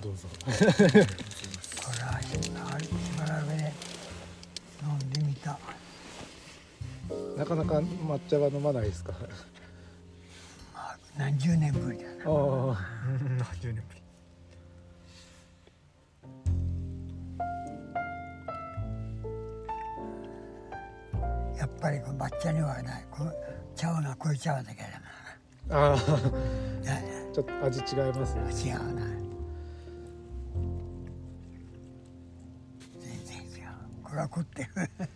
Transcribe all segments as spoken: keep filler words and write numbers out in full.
どうぞこれはしばらくで飲んでみた。 なかなか抹茶は飲まないですか？ まあ、何十年ぶりだな。 ああ何十年ぶり。 やっぱりこの抹茶にはないこの茶碗がこういう茶碗だけだああな。 ちょっと味違いますね。 違うな。全然違う。これは凝ってる。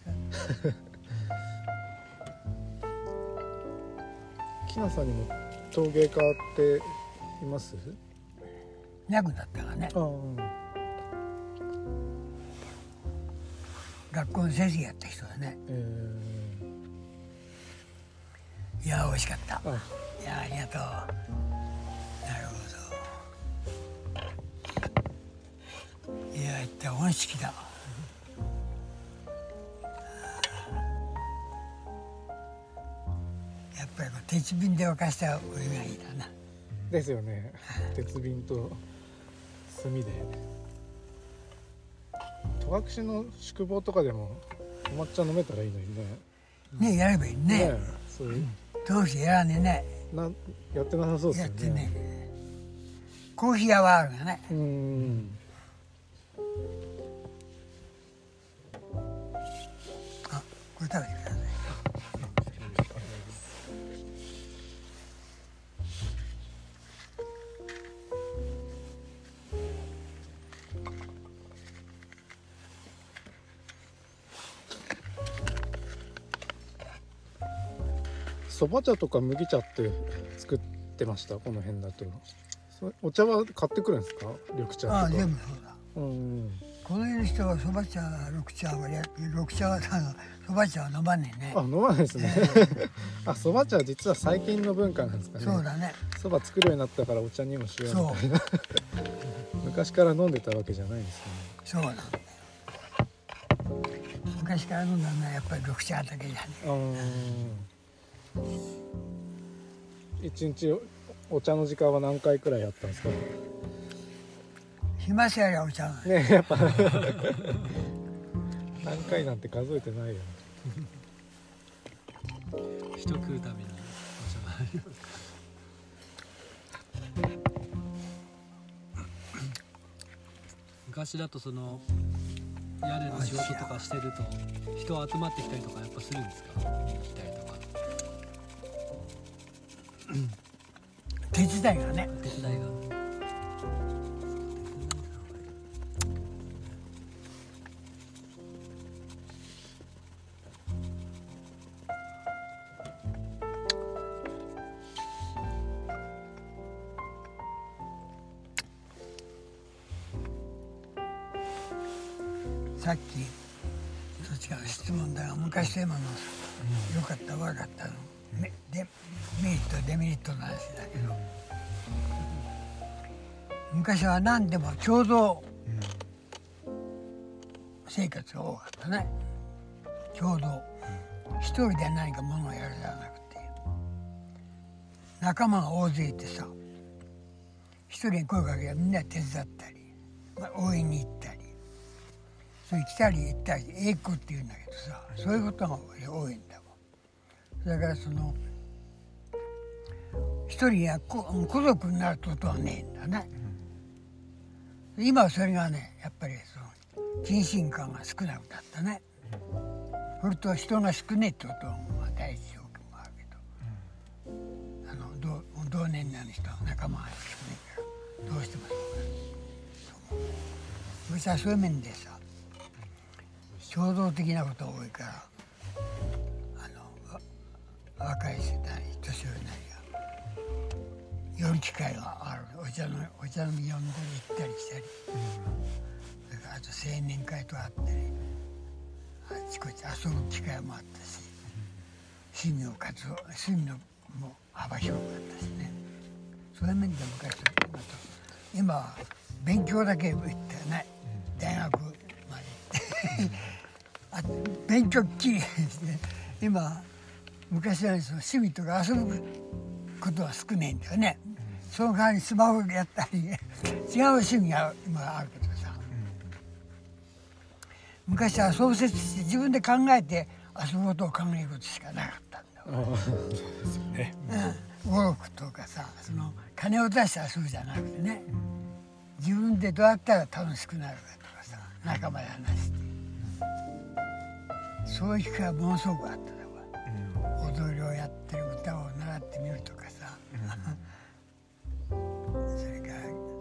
きなさんにも陶芸家っています？ なくなったからね。 ああ学校の先生やった人だね。 えいや美味しかった。 ー、あいやありがとう。なるほど。いや一体本式だ。やっぱりこう鉄瓶で沸かしたお湯がいいだな。 ですよね。鉄瓶と炭で。戸隠の宿坊とかでもお抹茶飲めたらいいのにね。 ねやればいいね。 ねそういうどうしてやらねえね。 なやってなさそうですよね。 やってね。コーヒー屋はあるがね。 うーん。 あ、これ食べてください。 そば茶とか麦茶って作ってました？この辺だと。そお茶は買ってくるんですか？緑茶とか。 ああ全部そうだ。 うんこの辺の人はそば茶、緑茶はや緑茶はあのそば茶は飲まねえね。 あ、飲まないですね。あ、そば茶は実は最近の文化なんですかね。 そうだね。 そば作るようになったからお茶にもしようみたいな。昔から飲んでたわけじゃないんですね。 そうなんだよ。昔から飲んだのはやっぱり緑茶だけじゃね。 あー一日お茶の時間は何回くらいやったんですかね。 暇さやりゃお茶がねえやっぱ何回なんて数えてないよね。 人食うためにお茶があります。昔だとその屋根の仕事とかしてると人集まってきたりとかやっぱするんですか？見に来たりとか。 手伝いがね。 手伝いが。 さっきそっちから質問だが昔でもの良かった悪かったのメデメリットデメリットの話だけど、昔は何でも共同生活が多かったね。共同一人で何かものをやるじゃなくて仲間が大勢いてさ、一人に声かければみんな手伝ったり、まあ、応援に行ったり、それ来たり行ったり栄光っていうんだけどさ、そういうことが多いんだもん。だからその一人や孤独になることはねえんだね。今はそれがねやっぱりその近親感が少なくなったね。それと人が少ねえってことは第一条件もあるけど、あの 同, 同年代の人は仲間が少ないからどうしてもそうだ。昔はそういう面でさ衝動的なことが多いから、あの若い世代年寄りなりが寄る機会がある。お茶のお茶飲み呼んだり行ったりしたり、それからあと青年会とかあったり、あちこち遊ぶ機会もあったし、趣味を活動趣味のも幅広かったしね。そういう面で昔と今は勉強だけ行ってね、大学まで行ってあ勉強っきりして今昔はその趣味とか遊ぶことは少ないんだよね。 その代わりスマホやったり違う趣味が今あるけどさ、うん、昔は創設して自分で考えて遊ぶことを考えることしかなかったんだよ。 そうですよね、 うん、ゴルフとかさ、その金を出して遊ぶじゃなくてね、自分でどうやったら楽しくなるかとかさ、仲間で話して、そういう機会がものすごくあっただろう、うん、踊りをやってる、歌を習ってみるとかさ、うん、それから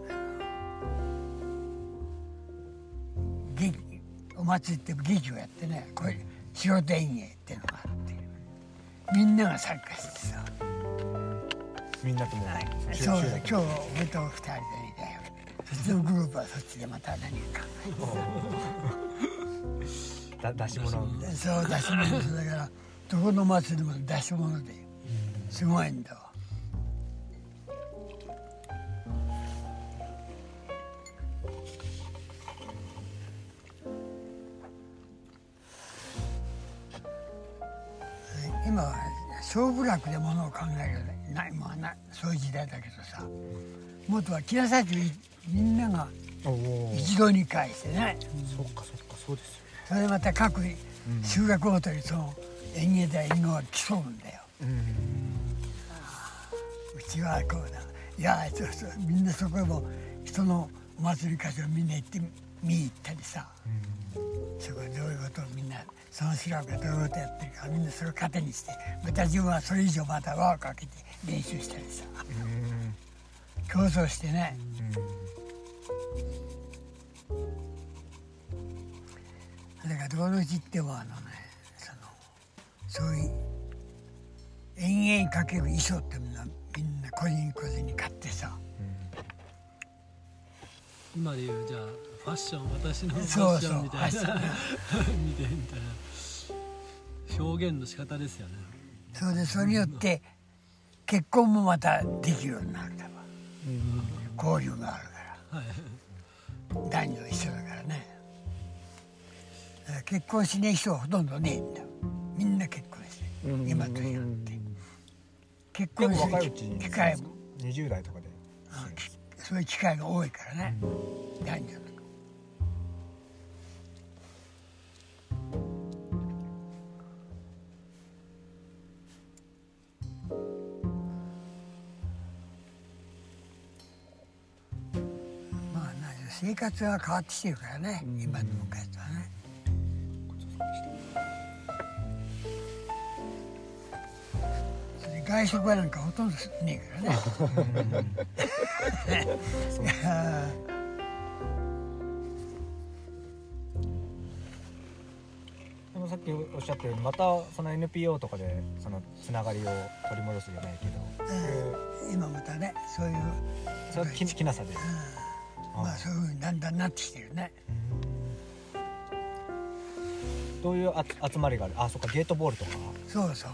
劇、お祭りって劇をやってね、これ素人演芸っていうのがあって、みんなが参加してさ、 みんなとも、 はい、そうだ、今日俺と二人でいたよ。そっちのグループはそっちでまた何か考えてだ出し物、 そう出し物だからどこの祭りでも出し物ですごいんだわ。今は勝負楽でものを考えるないもんな、そういう時代だけどさ、元は来なさいとみんなが一堂に会してね、 そっかそっか、そうですよね。 それでまた各修学ごとにその演芸隊のが競うんだよ、うん、うちはこうだ、いやそうそうみんなそこへも人のお祭り会場みんな行って見に行ったりさ、うん、そこでどういうことをみんなその白がどういうことやってるかみんなそれを糧にしてまた自分はそれ以上また輪をかけて練習したりさ、うん、競争してね、うん、だからどのうちってもあのね、そのそういう演芸にかける衣装っていうのはみんな個人個人に買ってさ、 うん、今でいうじゃあファッション、私のファッションみたいな見てみたいな表現の仕方ですよね。 そうで、それによって結婚もまたできるようになるんだわ、うん、交流があるから、はい、男女一緒だからね。だから結婚しねえ人はほとんどねえんだよ。みんな結婚して、うん、今と違って結婚する機会もにじゅう代とかで、 うん、そういう機会が多いからね、うん、男女の生活が変わってきてるからね、うん、今の昔とはね。それ外食はなんかほとんどねえからね。 でもさっきおっしゃったようにまたその エヌピーオー とかでそのつながりを取り戻すじゃないけど、 うん、今またねそういうそれきなさで、うん、 まあそういうふうにだんだんなってきてるね。 どういうあ集まりがある？あ、そっか、ゲートボールとか。 そうそう。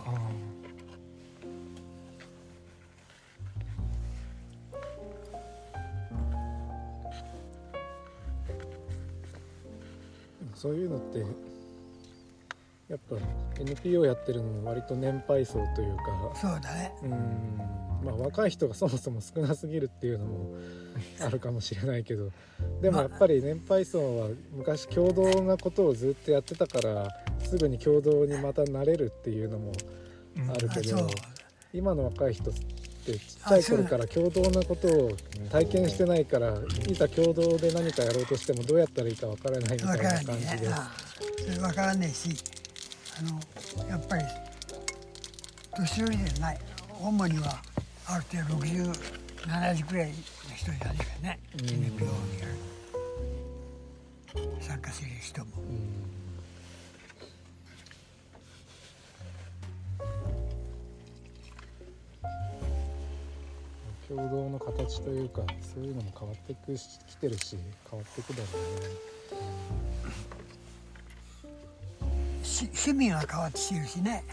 そういうのってやっぱ エヌピーオー やってるのも割と年配層というか、 そうだね。 うん、まあ若い人がそもそも少なすぎるっていうのもあるかもしれないけど、でもやっぱり年配層は昔共同なことをずっとやってたからすぐに共同にまた慣れるっていうのもあるけど、うん、今の若い人ってちっちゃい頃から共同なことを体験してないから、いざ共同で何かやろうとしてもどうやったらいいかわからないみたいな感じで、 それ分からねえし、あのやっぱり年寄りじゃない、主にはある程度ろくじゅう、ななじゅうくらいの人じゃないかね、エヌピーオー に参加する人も。 共同の形というかそういうのも変わってくしきてるし変わってくだろうね。 し趣味が変わってきてるしね。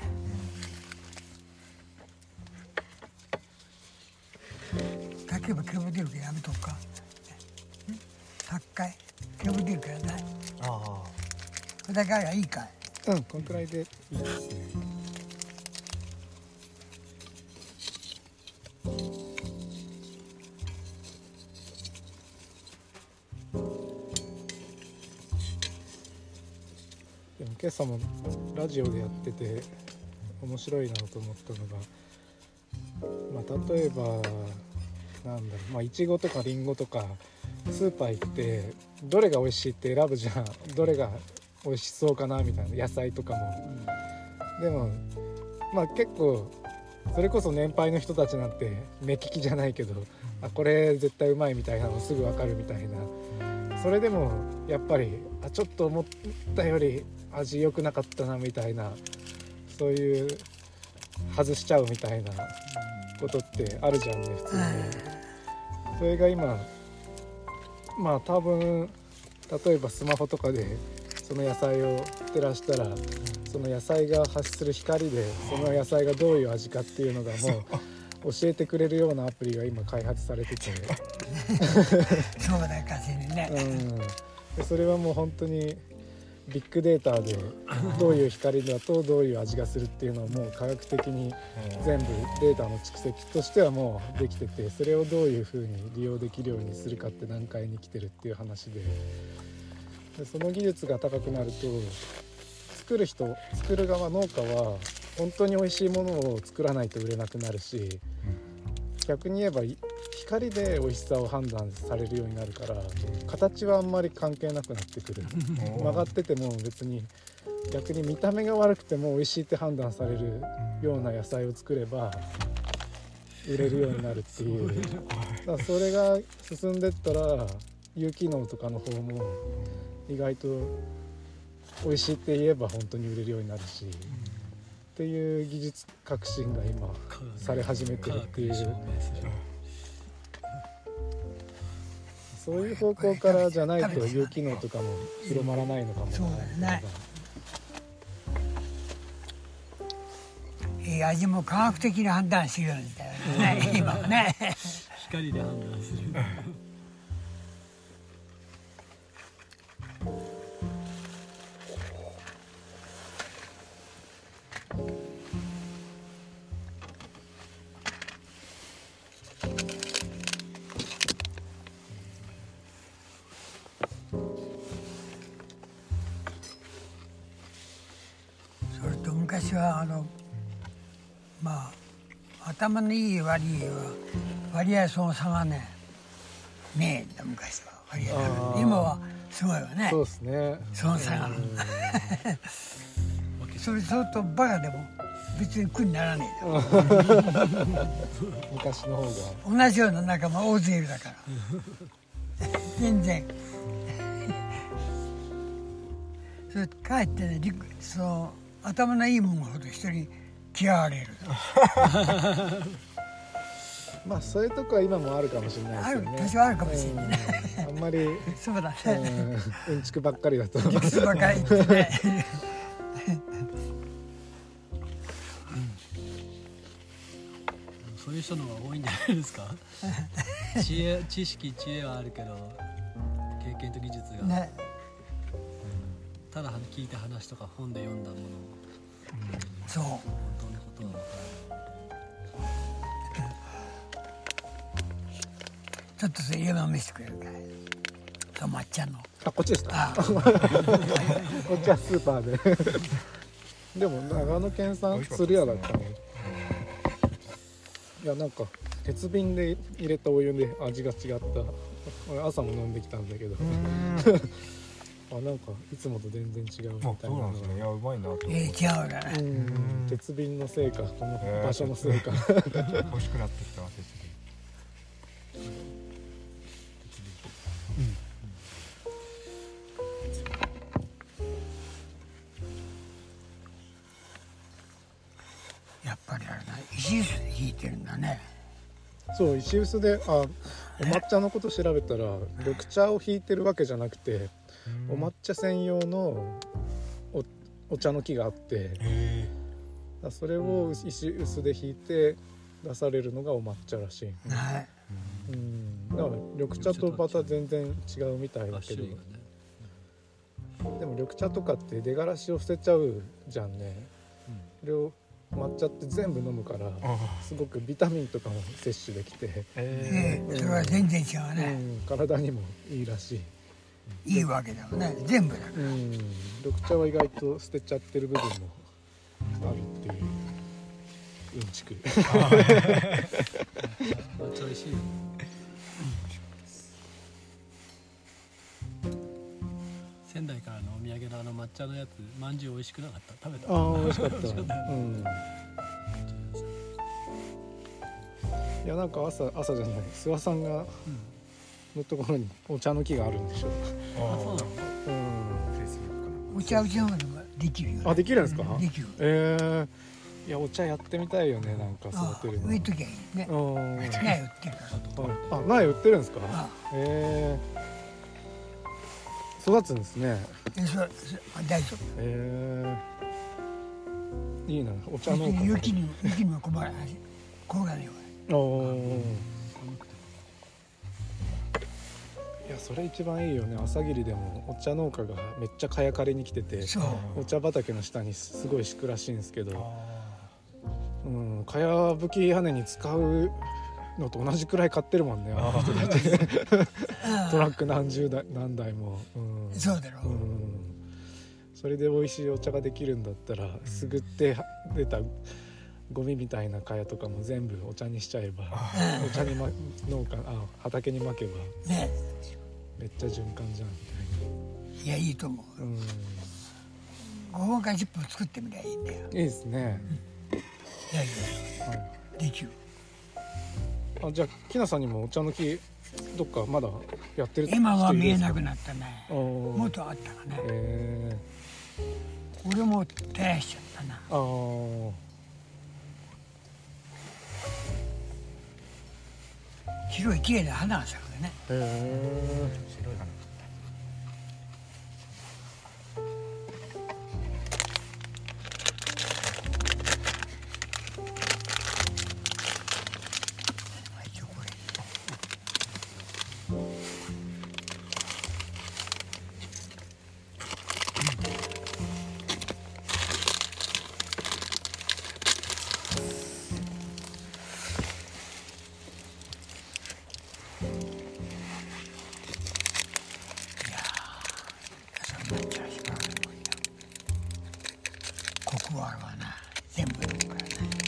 例えばケーブルテルやめとくか。はっかいケーブルテルからない。ああ。これだけはいいかい。 うん、このくらいでいいですね。 今朝もラジオでやってて面白いなと思ったのが、まあ、例えばなんだろう、まあ、いちごとかりんごとかスーパー行ってどれが美味しいって選ぶじゃん。どれが美味しそうかなみたいな、野菜とかも、うん、でもまあ結構それこそ年配の人たちなんて目利きじゃないけど、うん、あこれ絶対うまいみたいなのすぐ分かるみたいな。それでもやっぱりあちょっと思ったより味良くなかったなみたいな、そういう外しちゃうみたいなことってあるじゃんね普通に。それが今まあ多分例えばスマホとかでその野菜を照らしたら、その野菜が発する光でその野菜がどういう味かっていうのがもう教えてくれるようなアプリが今開発されててそうだかしにね、 うん、でそれはもう本当にビッグデータでどういう光だとどういう味がするっていうのをもう科学的に全部データの蓄積としてはもうできてて、それをどういうふうに利用できるようにするかって段階に来てるっていう話で、でその技術が高くなると作る人作る側農家は本当に美味しいものを作らないと売れなくなるし、逆に言えば光で美味しさを判断されるようになるから形はあんまり関係なくなってくる曲がってても別に逆に見た目が悪くても美味しいって判断されるような野菜を作れば売れるようになるっていう、だからそれが進んでったら有機農とかの方も意外と美味しいって言えば本当に売れるようになるしっていう技術革新が今され始めてるっていう、そういう方向からじゃないと有機農とかも広まらないのかもしれない。 そうだね。いい味も科学的に判断するようにだよね今はね光で判断するそれと昔はあのまあ頭のいい割合は割合その差がねねえんだ昔は割合。今はすごいわね。 そうですね。 その差がそれ相当バカでも別に苦にならねえだ昔の方が同じような仲間大勢いるだから全然それかえってねその頭のいいものほど人に嫌われるまあそういうとこは今もあるかもしれないですよね。 ある多少あるかもしれないね、 うん、あんまりそうだね、うん、うんちくばっかりだとうんちくばっかり言ってねそういう人の方が多いんじゃないですか知恵知識知恵はあるけど経験と技術が、ね、ただ聞いた話とか本で読んだものを、 うん、そう本当のことは分からない。 ちょっとそれ入れ見せてくれるかい。そう抹茶のあこっちですかこっちはスーパーででも長野県産つるやだったね。いやなんか鉄瓶で入れたお湯で味が違った。俺朝も飲んできたんだけどあなんかいつもと全然違うみたいな。 そうなんですね。いやうまいなと。 えー、違うからね。 うん鉄瓶のせいかこの場所のせいか、 えー、欲しくなってきたわ鉄瓶。うんやっぱりあれだ石臼で引いてるんだね。 そう石臼であお抹茶のこと調べたら緑茶を引いてるわけじゃなくてお抹茶専用の お, お茶の木があってだそれを石臼で引いて出されるのがお抹茶らしい、 はい、 うんだから緑茶とまた全然違うみたいだけど、でも緑茶とかって出がらしを捨てちゃうじゃんね、うん、それを抹茶って全部飲むからすごくビタミンとかも摂取できて、 えーうん、それは全然違うね、 うん、体にもいいらしい。 いいわけだよね、全部だから。 うん緑茶は意外と捨てちゃってる部分もあるっていううんちく抹茶美味しいよ。仙台からのお土産のあの抹茶のやつ、まんじゅう美味しくなかった？食べた？ ああ美味しかった美味しかったうんいやなんか朝朝じゃない諏訪さんがのところにお茶の木があるんでしょ。 あ、そうなの？ うんお茶うちの方でもできるよ、ね、 あできるんですか？ できる。 えー、いやお茶やってみたいよね、なんか育てるの。 植えときゃいいね。 うん苗売ってるからあ苗売ってるんですか？ あえー、育つんですね。 えそそ大丈夫。 えー、いいなお茶農家。 雪に雪にも困らないし転がねおお。いやそれ一番いいよね。朝霧でもお茶農家がめっちゃ蚊帳刈りに来てて、 そうお茶畑の下にすごい敷くらしいんですけど、うん、蚊帳吹き屋根に使うのと同じくらい買ってるもんね、あの人たちトラック何十台何台も、うん、 そうだろう、 うん、それで美味しいお茶ができるんだったら、すぐって出たゴミみたいな蚊帳とかも全部お茶にしちゃえば、お茶に、ま、農家あ畑にまけば、 ね、 めっちゃ循環じゃんみいやいいと思う。 たいな、うん、 ごほんかじゅっぽん作ってみりゃいいんだよ。 いいですね、 いやいやはい、 できる。 あじゃあきなさんにもお茶の木どっかまだやってる今は見えなくっなったね。 たもっとあったかね。 え俺も絶やしちゃったな。 ー、あー白い綺麗な花が咲くよね。 へえ白い花。 一応これコクはあるわな、全部飲むからね。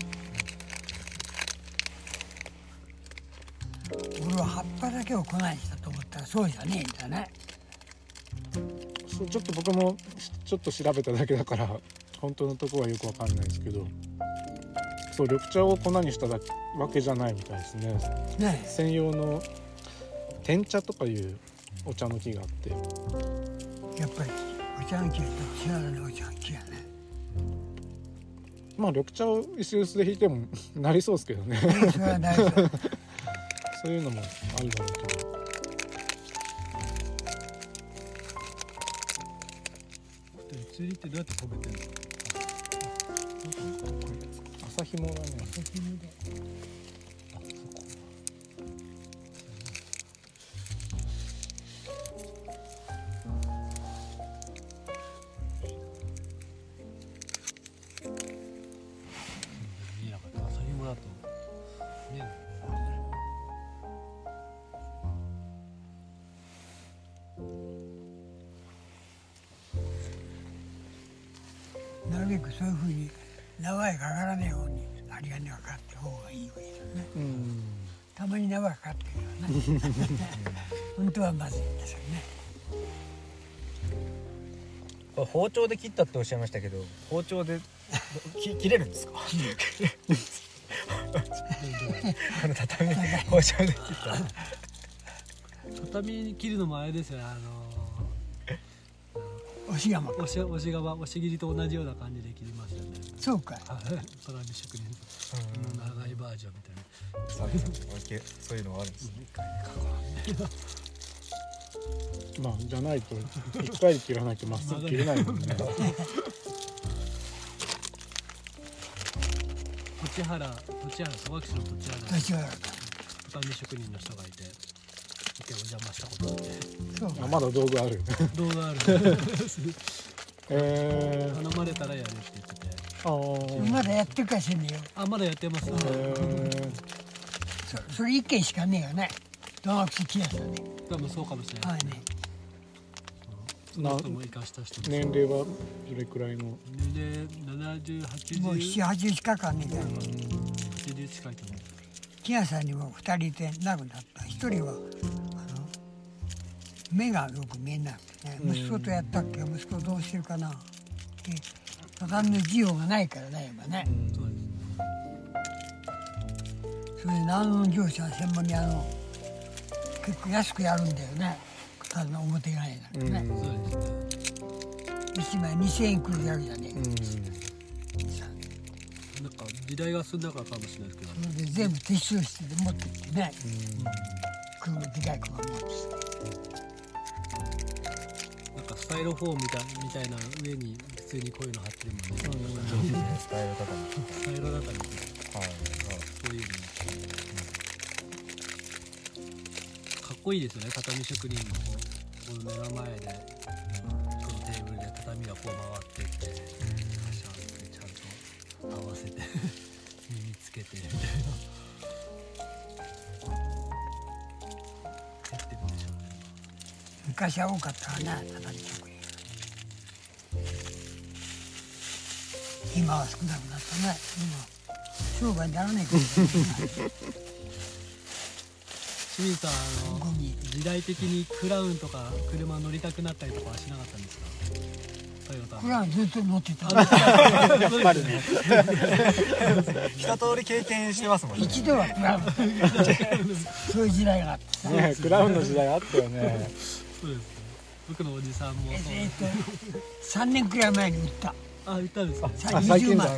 俺は葉っぱだけを粉にしたと思ったらそうじゃねえんだね。 そうちょっと僕もちょっと調べただけだから本当のところはよくわかんないですけど、そう緑茶を粉にしたわけじゃないみたいですね。 ね専用の天茶とかいうお茶の木があって、 え、やっぱりお茶の木は知らないお茶の木やね。 まあ緑茶を薄々で引いてもなりそうですけどねそれは大丈夫。 そういうのもあるだろうけど。 釣りってどうやって食べてんの？ 朝ひもだね。 朝日で。あ、そこ。見えなかった。朝日もだと見えない。 なるべくそういうふうに縄へかからないように針金がかかって方がいいわけだね。 うんたまに縄がかかってるよね。本当はまずいんですよね。 これ包丁で切ったっておっしゃいましたけど、包丁でき切れるんですか？あの畳包丁で切った。 畳に切るのもあれですよね。あの押し釜か。 押し押し側押し切りと同じような感じで切りますよね。 そうかい。 はい、畳職人の長いバージョンみたいな。 そういうのがあるんですね。 まあじゃないと一回で切らないとまっすぐ切れないもんね。 栃原栃原戸隠の栃原立ち上がるか。 畳職人の人がいて、一回お邪魔したことあって。 そうか。 あまだ道具ある動画ある。 えー、 頼まれたらやるって言ってて。 あーまだやってるかしんねえよ。 あ、まだやってます。 えー、 そそれ一軒しかねえよね。戸隠木屋さんね。 多分そうかもしれない。 はいね。 その人も生かした人も年齢はどれくらいの？ 年齢ななじゅう、はちじゅう、 もうなな、はちじゅう近くあんねんけど、 はちじゅう近いと思う。 木屋さんにもふたりいて亡くなった。ひとりはあの目がよく見えなくてね、息子とやったっけ、息子どうしてるかな。で畳の需要がないからね今ね、 そうです。 それで何の業者専門にあの結構安くやるんだよね、畳の表がないからね、 そうですね。 いちまいにせんえんくるやるじゃねえか、 なんか時代が進んだからかもしれないですけど、 それで全部撤収して持ってってね、車でかい車持ってきて、 なんかスタイロフォームみたいみたいな上に普通にこういうの貼ってるもんね。 スタイルとかもスタイロだったりとかはいそういうの、かっこいいですよね。畳職人のこうこの目の前で、このテーブルで畳がこう回ってって、シャンってちゃんと合わせて身につけてみたいな。やってるんでしょうね。 昔は多かったからね、畳職人。今は少なくなったね。今商売にならないから、ね、 清水さん、あのゴミ時代的にクラウンとか車乗りたくなったりとかはしなかったんですか？トヨタのこれはずっと乗ってた。 やっぱりね。 一通り経験してますもんね。 一度はクラウンそういう時代があってさ、 ね、クラウンの時代あったよね。 そうですね。僕のおじさんもそうえっとさんねんくらい前に売った。 あ、言ったんですか？ さあ最近だにじゅうまん。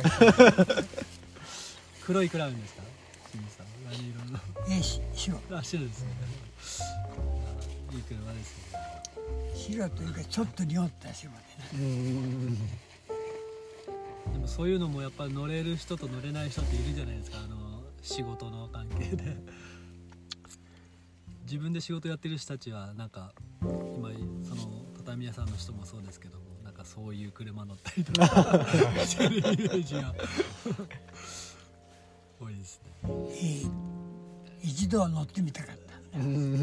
黒いクラウンですか？清水さん、何色の？ ええし白あ、白ですね。いい車ですね。 白というかちょっと濁った白でね。 うんでもそういうのもやっぱり乗れる人と乗れない人っているじゃないですか。あの仕事の関係で自分で仕事やってる人たちはなんか今その畳屋さんの人もそうですけども、なんかそういう車乗ったりとかしてるイメージが多いですね。 ええ一度は乗ってみたかったんだ。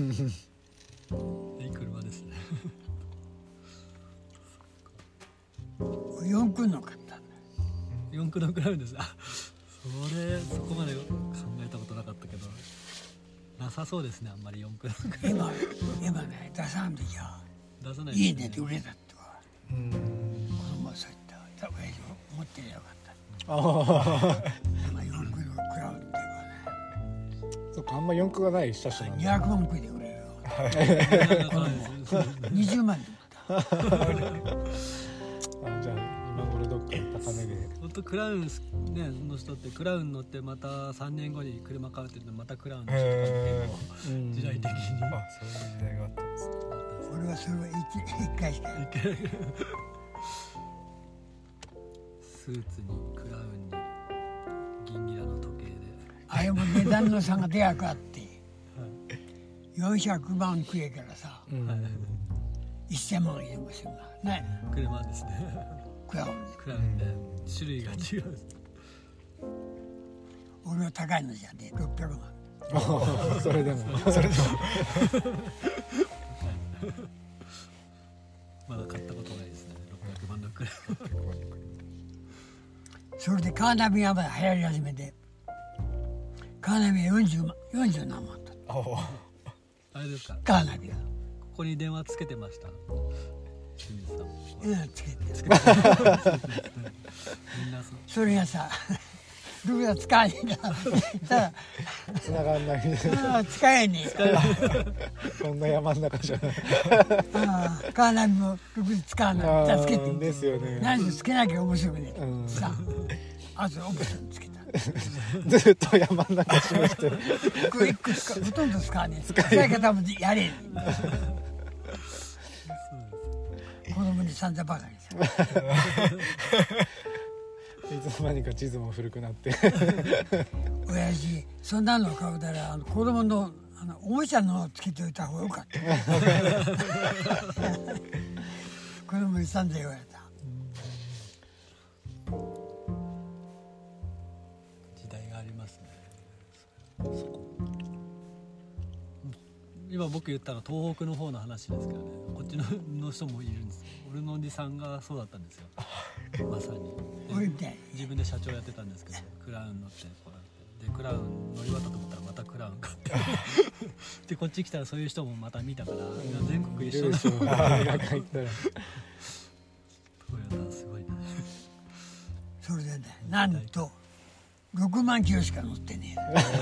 いい車ですね。 四駆の買ったんだ。 四駆のクラウンです。あ、それそこまで考えたことなかったけど、なさそうですね。あんまり四駆のクラウン今今ね出さんときは出さない家ですね。 で売れたってわ。子供はそう言った。親父も持ってりゃよかった。 ああ、 今四駆のクラウンっていうかね、 そっか、あんま四駆がない車種なんだ。 にひゃくまんくいで売れるよ。にじゅうまんで売った。 あ、じゃあ今頃どっかで高値で。 本当クラウンねの人ってクラウン乗ってまたさんねんごに車買うって言ってまたクラウンの人とかっていうのを時代的にあ、そういう時代があったんですね。 俺はそれは一一回しかやってない。 スーツにクラウンに銀ギラの時計で、 あれも値段の差がでかくあってよんひゃくまんくえからさはいせんまん円もするなね、 車ですね。 クラウンで。 クラウンで種類が違うんですね。 俺は高いのじゃねえろっぴゃくまん。 それでも。 まだ買ったことないですね。ろっぴゃくまんのクラウン。 それでカーナビがまだ流行り始めて、カーナビはよんじゅうまん、よんじゅう何万だった。 あれですか？ カーナビは。 ここに電話つけてました。清水さんも。 うん、つけて。 みんなそう。 それがさ、僕が使えねえから、ただ、 繋がんない。 ああ、使えねえから。 そんな山の中じゃない。 ああ、カーナビも僕に使わない。じゃあつけてみて。 ですよね。 何しつけなきゃ面白くねえ。 うんさあ、あとオプションつけた。 ずっと山の中しましてる。 これ一個使う、ほとんど使わねえ。使い方もやれねえ。子供に散々バカにさ。 いつの間にか地図も古くなって。 親父、そんなの買うたら、あの子供の、あのおもちゃのをつけておいた方がよかった。子供に散々言われた。 時代がありますね。 今僕言ったのは東北の方の話ですけどね、こっち の, の人もいるんですよ。俺のおじさんがそうだったんですよまさに。 俺みたいに自分で社長やってたんですけど、クラウン乗ってこうやってでクラウン乗り終わったと思ったらまたクラウン買ってでこっち来たらそういう人もまた見たから、全国一緒だ。 映画館行ったらトヨタすごいね。 それでね、なんとろくまんキロしか乗ってね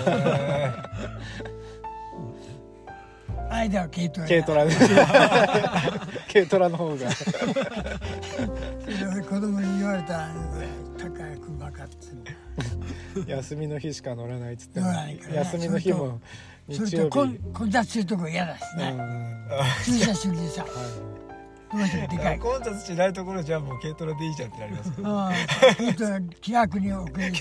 え間は軽トラ軽トラで軽トラの方がそれで子供に言われた高い車かっつう休みの日しか乗らないっつっても乗らないからね休みの日もそれ日曜日と混混雑するとこ嫌だしうね、 ん駐車するでさどうしてもでかい混雑しないところじゃもう軽トラでいいじゃんってなりますけどああ軽トラ気楽に送るし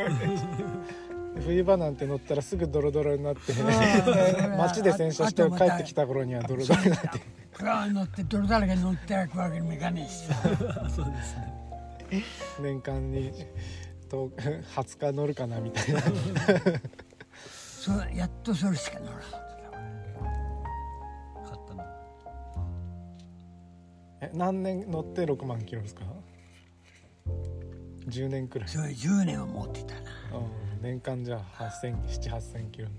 冬場なんて乗ったらすぐドロドロになってあ街で洗車して帰ってきた頃にはドロドロになってクラウン乗って泥だらけ乗ってくわけにもいかねえしさそうですね。 年間にとはつか乗るかなみたいなそうやっとそれしか乗らなかった買ったの。 え何年乗ってろくまんキロですか？じゅうねんくらい。 それじゅうねんを持ってたな。 うん年間じゃあはっせん、なな、はっせんキロ。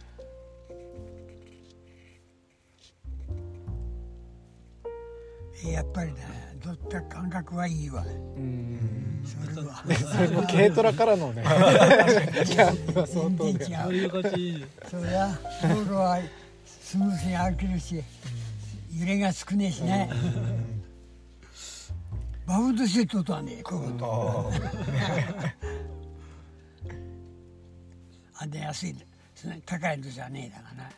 やっぱりね乗った感覚はいいわ。 うんそれはでそれも軽トラからのねギャップは相当で全然違そういう感じ。 そりゃ道路はスムーズに歩けるし揺れが少ねえしね。バウンドしてることはねこういうことあんな安いそんな高いのじゃねえだがな。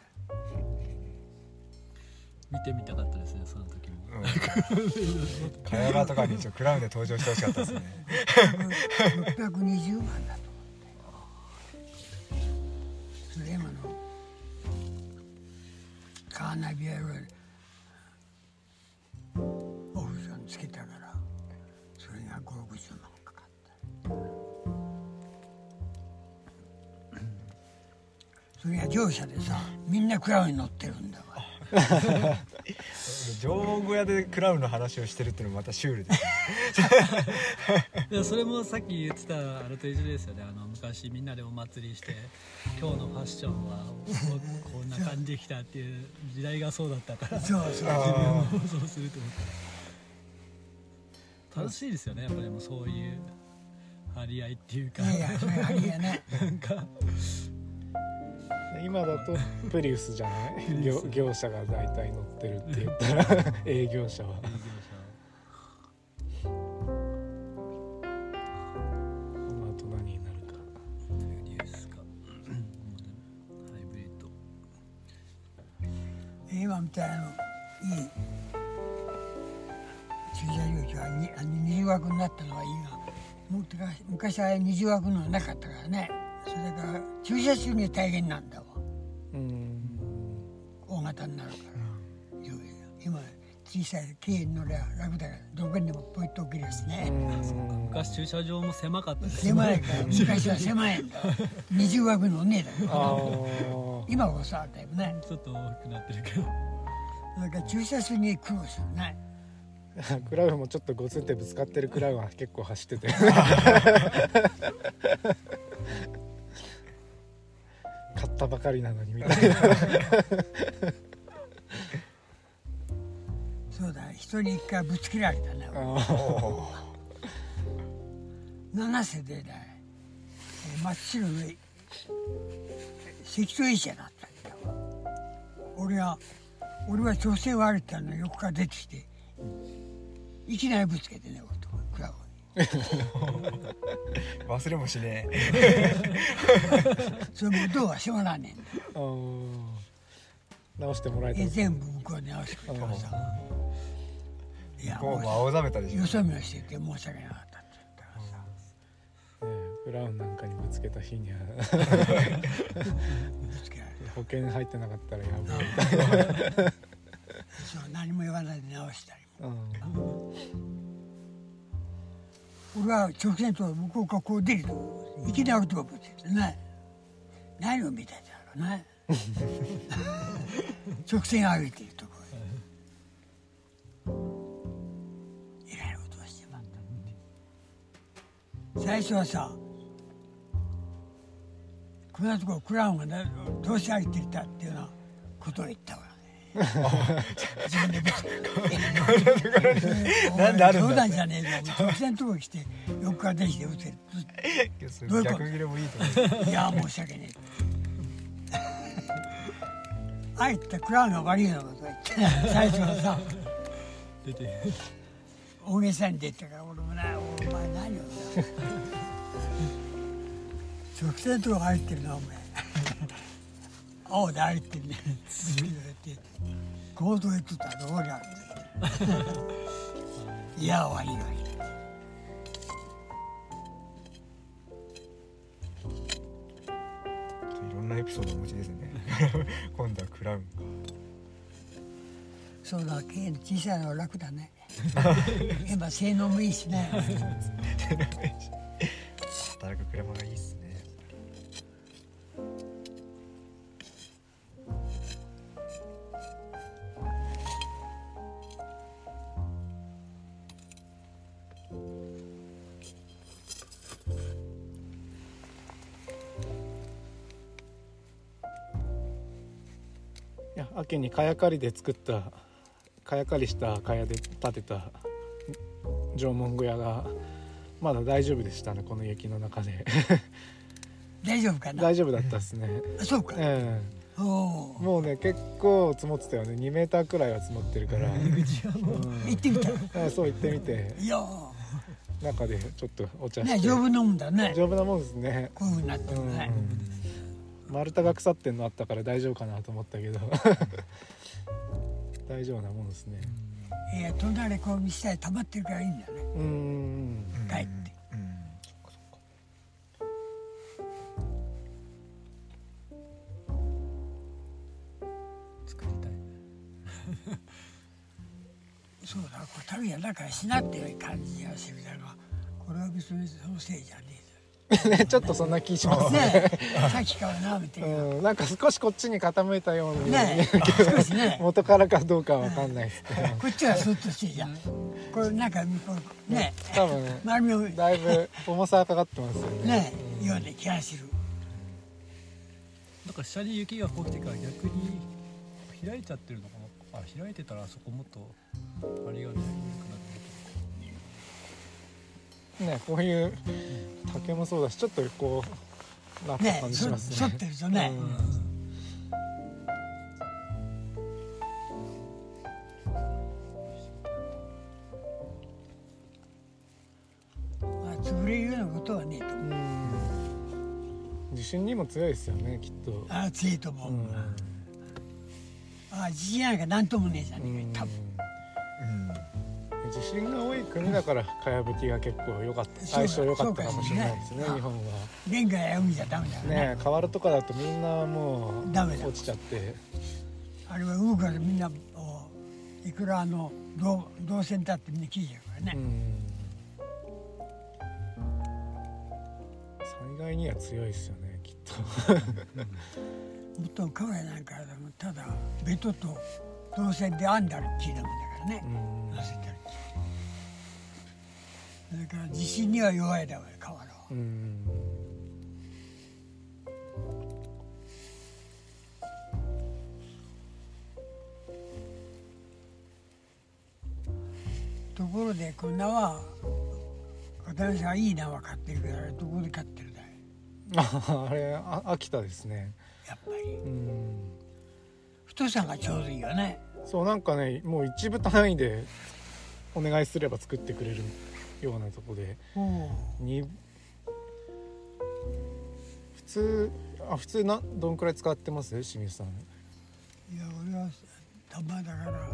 見てみたかったですね、その時も。 茅山とかに一応クラウンで登場してほしかったですねろっぴゃくにじゅうまんだと思って。それ今のカーナビアロイオフションつけたからそれがご、ろくじゅうまんかかった。それが乗車でさみんなクラウンに乗ってるんだわ。 上小屋でクラウンの話をしてるっていうのもまたシュールですねでそれもさっき言ってたあれと一緒ですよね。あの昔みんなでお祭りして今日のファッションはこんな感じできたっていう時代がそうだったからそうそう自分もそうすると思った。楽しいですよね、やっぱりもうそういう張り合いっていうかいやいやそれありやね。 なんか今だとプリウスじゃない業, 業者が大体乗ってるって言ったら営業者は営業この後何になるか。 者リュースかハイブリッド。 今みたいないい駐車場地はにあの二重枠になったのはいいがもうてか昔は二重枠のなかったからね。それから駐車中に大変なんだわ。 うん大型になるから、うん、今小さい軽に乗りゃ楽だからどこにでもポイッと置けるしね。 昔駐車場も狭かったですね。 狭いから昔は狭いんだ。二重枠のねえだあよ。今はさだいぶね。 ちょっと大きくなってるけど。 だから駐車中に苦労するね。 クラウンもちょっとゴツってぶつかってるクラウンは結構走ってて買ったばかりなのにみたいなそうだ人に一回ぶつけられたね。七瀬でね真っ白で赤頭医者だったんだわ。俺は俺は女性は歩いてたの横から出てきていきなりぶつけてねクラウンに忘れもしねえそれもどうはしょうがないねんだ。 直してもらえたえ全部向こうに直してくれたからさ。いやもう青ざめたでしょよそ見をしてて申し訳なかったって言ったからさ、 ね、クラウンなんかにぶつけた日にはぶつけられ保険入ってなかったらやばいみた。そう何も言わないで直したりも、うん、俺は直線と向こうからこう出るといきなりとぶつけてね何を見てたのね。 直線歩いてるところえらいことをしてまった最初はさこんなところクラウンがねどうして歩いてたっていうようなことを言ったからね自分でぶつけなんであるんだ冗談じゃねえぞ直線のところ来て横から出してぶつけるどういうこと逆切れもいいと思う。 いや申し訳ねえあえてクラウンが悪いようなことを言って最初はさ出て大げさに出てから俺もなお前何を直線のとこ入ってるなお前青で入ってるねって行動へとったらどうにあるんだよいや悪い悪いいろんなエピソードをお持ちですね。今度はクラウン。 そうだ軽の小さいのは楽だね今性能もいいしね働く車がいいっすね。 いや秋に茅刈りで作った茅刈りした茅で建てた縄文小屋がまだ大丈夫でしたねこの雪の中で大丈夫かな大丈夫だったですねあそうか、 えおおえもうね結構積もってたよねにメーターくらいは積もってるから、うん行ってみたええそう行ってみていや中でちょっとお茶ーして、 ね丈夫なもんだね丈夫なもんですねこういうふうになってるね、 丸太が腐ってんのあったから大丈夫かなと思ったけど大丈夫なもんですねいや隣こう下に溜まってるからいいんだよねうんうん帰ってうん、そっかそっか。 作りたいそうだこれ旅やだからしなっていう感じがするだがこれは別にそのせいじゃねねちょっとそんな気しますえねねえさっきからなめてるうん、なんか少しこっちに傾いたように、 ねえ少しね元からかどうかは分かんないですけどこっちはスッとしてるじゃんこれなんかこうね多分丸みをねだいぶ重さがかかってますよねような気がするなんか下に雪がこう来てから逆に開いちゃってるのかなあ開いてたらそこもっとあれがね緩くなってねこういう竹もそうだしちょっとこうなったね感じしますねそ反ってるとね、まあ潰れるようなことはねえと思ううん地震にも強いですよねきっとああ強いと思う、 うんああ地震なんか何ともねえじゃねえか多分うん、 地震が多い国だからかやぶきが結構良かったそうだ最初良かったかもしれないですねそうかもしれない日本はレンガや海じゃダメだよねね河原とかだとみんなもうダメだ落ちちゃってあれは動くからみんなおいくらあの銅銅線だってみんな聞いちゃうからね、 うん災害には強いですよねきっともっと川やなんかでもただベトと銅線で編んである木なもんだからね、 うん乗せてるそれから地震には弱いだわよ川原は、 うんところでこの縄私はいい縄買ってるけどあれどこで買ってるだいああれあ秋田ですねやっぱりうん太さがちょうどいいよねそうなんかねもう一部単位でお願いすれば作ってくれるようなとこでおおに普通あ普通などんくらい使ってます清水さんいや俺はたまだから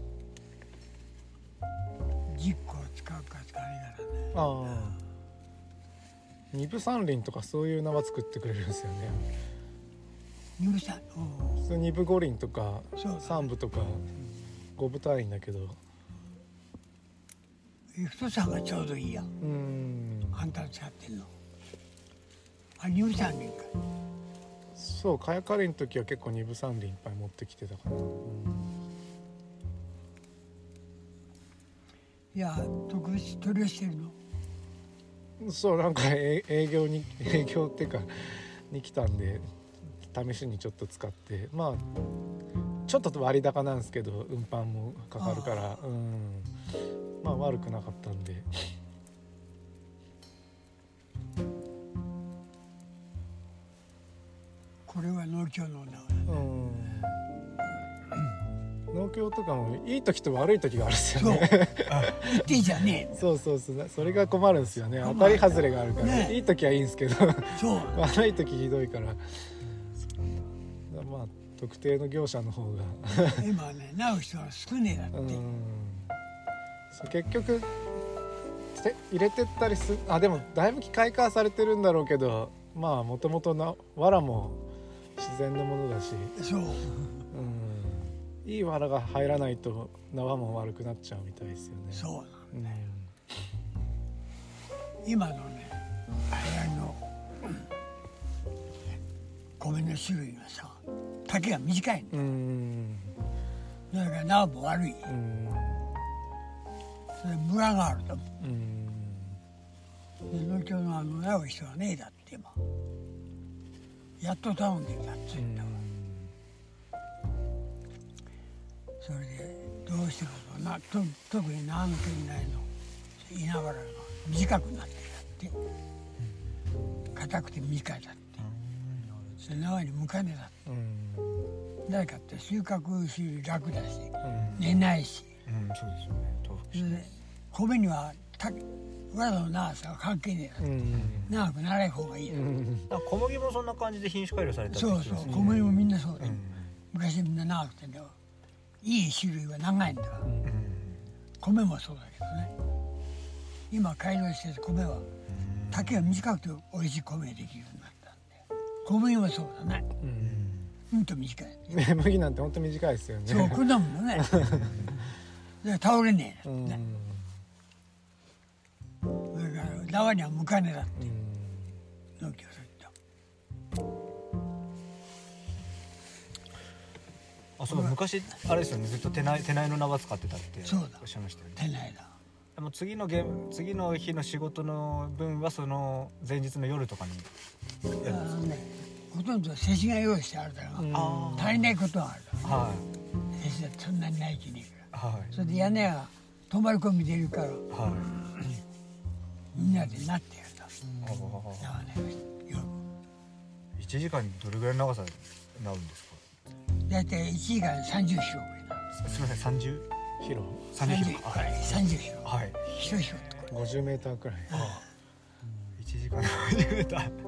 じゅっこ使うか使わないからねああ二部三輪とかそういう縄作ってくれるんですよね入社お普通二部五輪とかそうだね三部とか五部単位だけど太さがちょうどいいやうんあんたの使ってんのあ入社人かそうカヤ刈りの時は結構二分三輪いっぱい持ってきてたかな、うん、 いや特別取り寄せてるの。 そうなんかえ営業に営業っていうかに来たんで試しにちょっと使って、まあちょっと割高なんですけど運搬もかかるからうん、まあ悪くなかったんで。 これは農協のだ、 うん農協とかもいい時と悪い時があるんですよね。 言ってんじゃねえ。 そうそうそうそれが困るんですよね。当たり外れがあるから、ね、いい時はいいんですけどそう悪い時ひどいから、まあ特定の業者の方が今ね直う人は少ねえだって。 うんそう結局入れてったりする。あでもだいぶ機械化されてるんだろうけど、まあもともとな藁も自然のものだし、 そう、 うんいい藁が入らないと縄も悪くなっちゃうみたいですよね。 そうなんだよ、 うん、 今のね流行りの、うん、米の種類がさ丈が短いの、 うん、 だから縄も悪い、 うん、 それムラがあると、 うん、 で農協のあの直う人はねえだって今やっと頼んできたって言うんだわ、それでどうしてかとなと特に長野県内の稲わらが短くなってるって硬くて短いだってで縄に向かねえだって、うん、誰かって収穫し楽だし、うん、寝ないし、 うん、そうですよね豆腐で米にはた藁の長さは関係ねえだって、うん、長くならない方がいいだって、うん、 小麦もそんな感じで品種改良されたってそうそう小麦もみんなそうだよ、うん、昔みんな長くてねいい種類は長いんだ、うん、米もそうだけどね今改良してる米は丈が短くて美味しい米ができるようになったんで小麦もそうだねうんと短いね麦なんてほんと短いですよねそうこんなもんねで倒れねえなってねそれから縄には向かねえだって農協さんとあそう昔あれですよねずっと手内手内の縄使ってたってそうだおっしゃいましたよね。 手内だでも次のゲ次の日の仕事の分はその前日の夜とかにあのねほとんど施主が用意してあるだろう足りないことはあるだろう、はい、施主はそんなにないきねえから、はい、それで屋根が泊まり込みでいるから、はい、みんなでなってやるんだ、うん、ね、夜いちじかんにどれぐらいの長さになるんですか。 だいたいいちじかんさんじゅっキロぐらいなすみませんさんじゅうキロさんじゅうキロはいさんじゅっキロはいひとキロとかごじゅうメーターくらいああいちじかんごじゅうメーター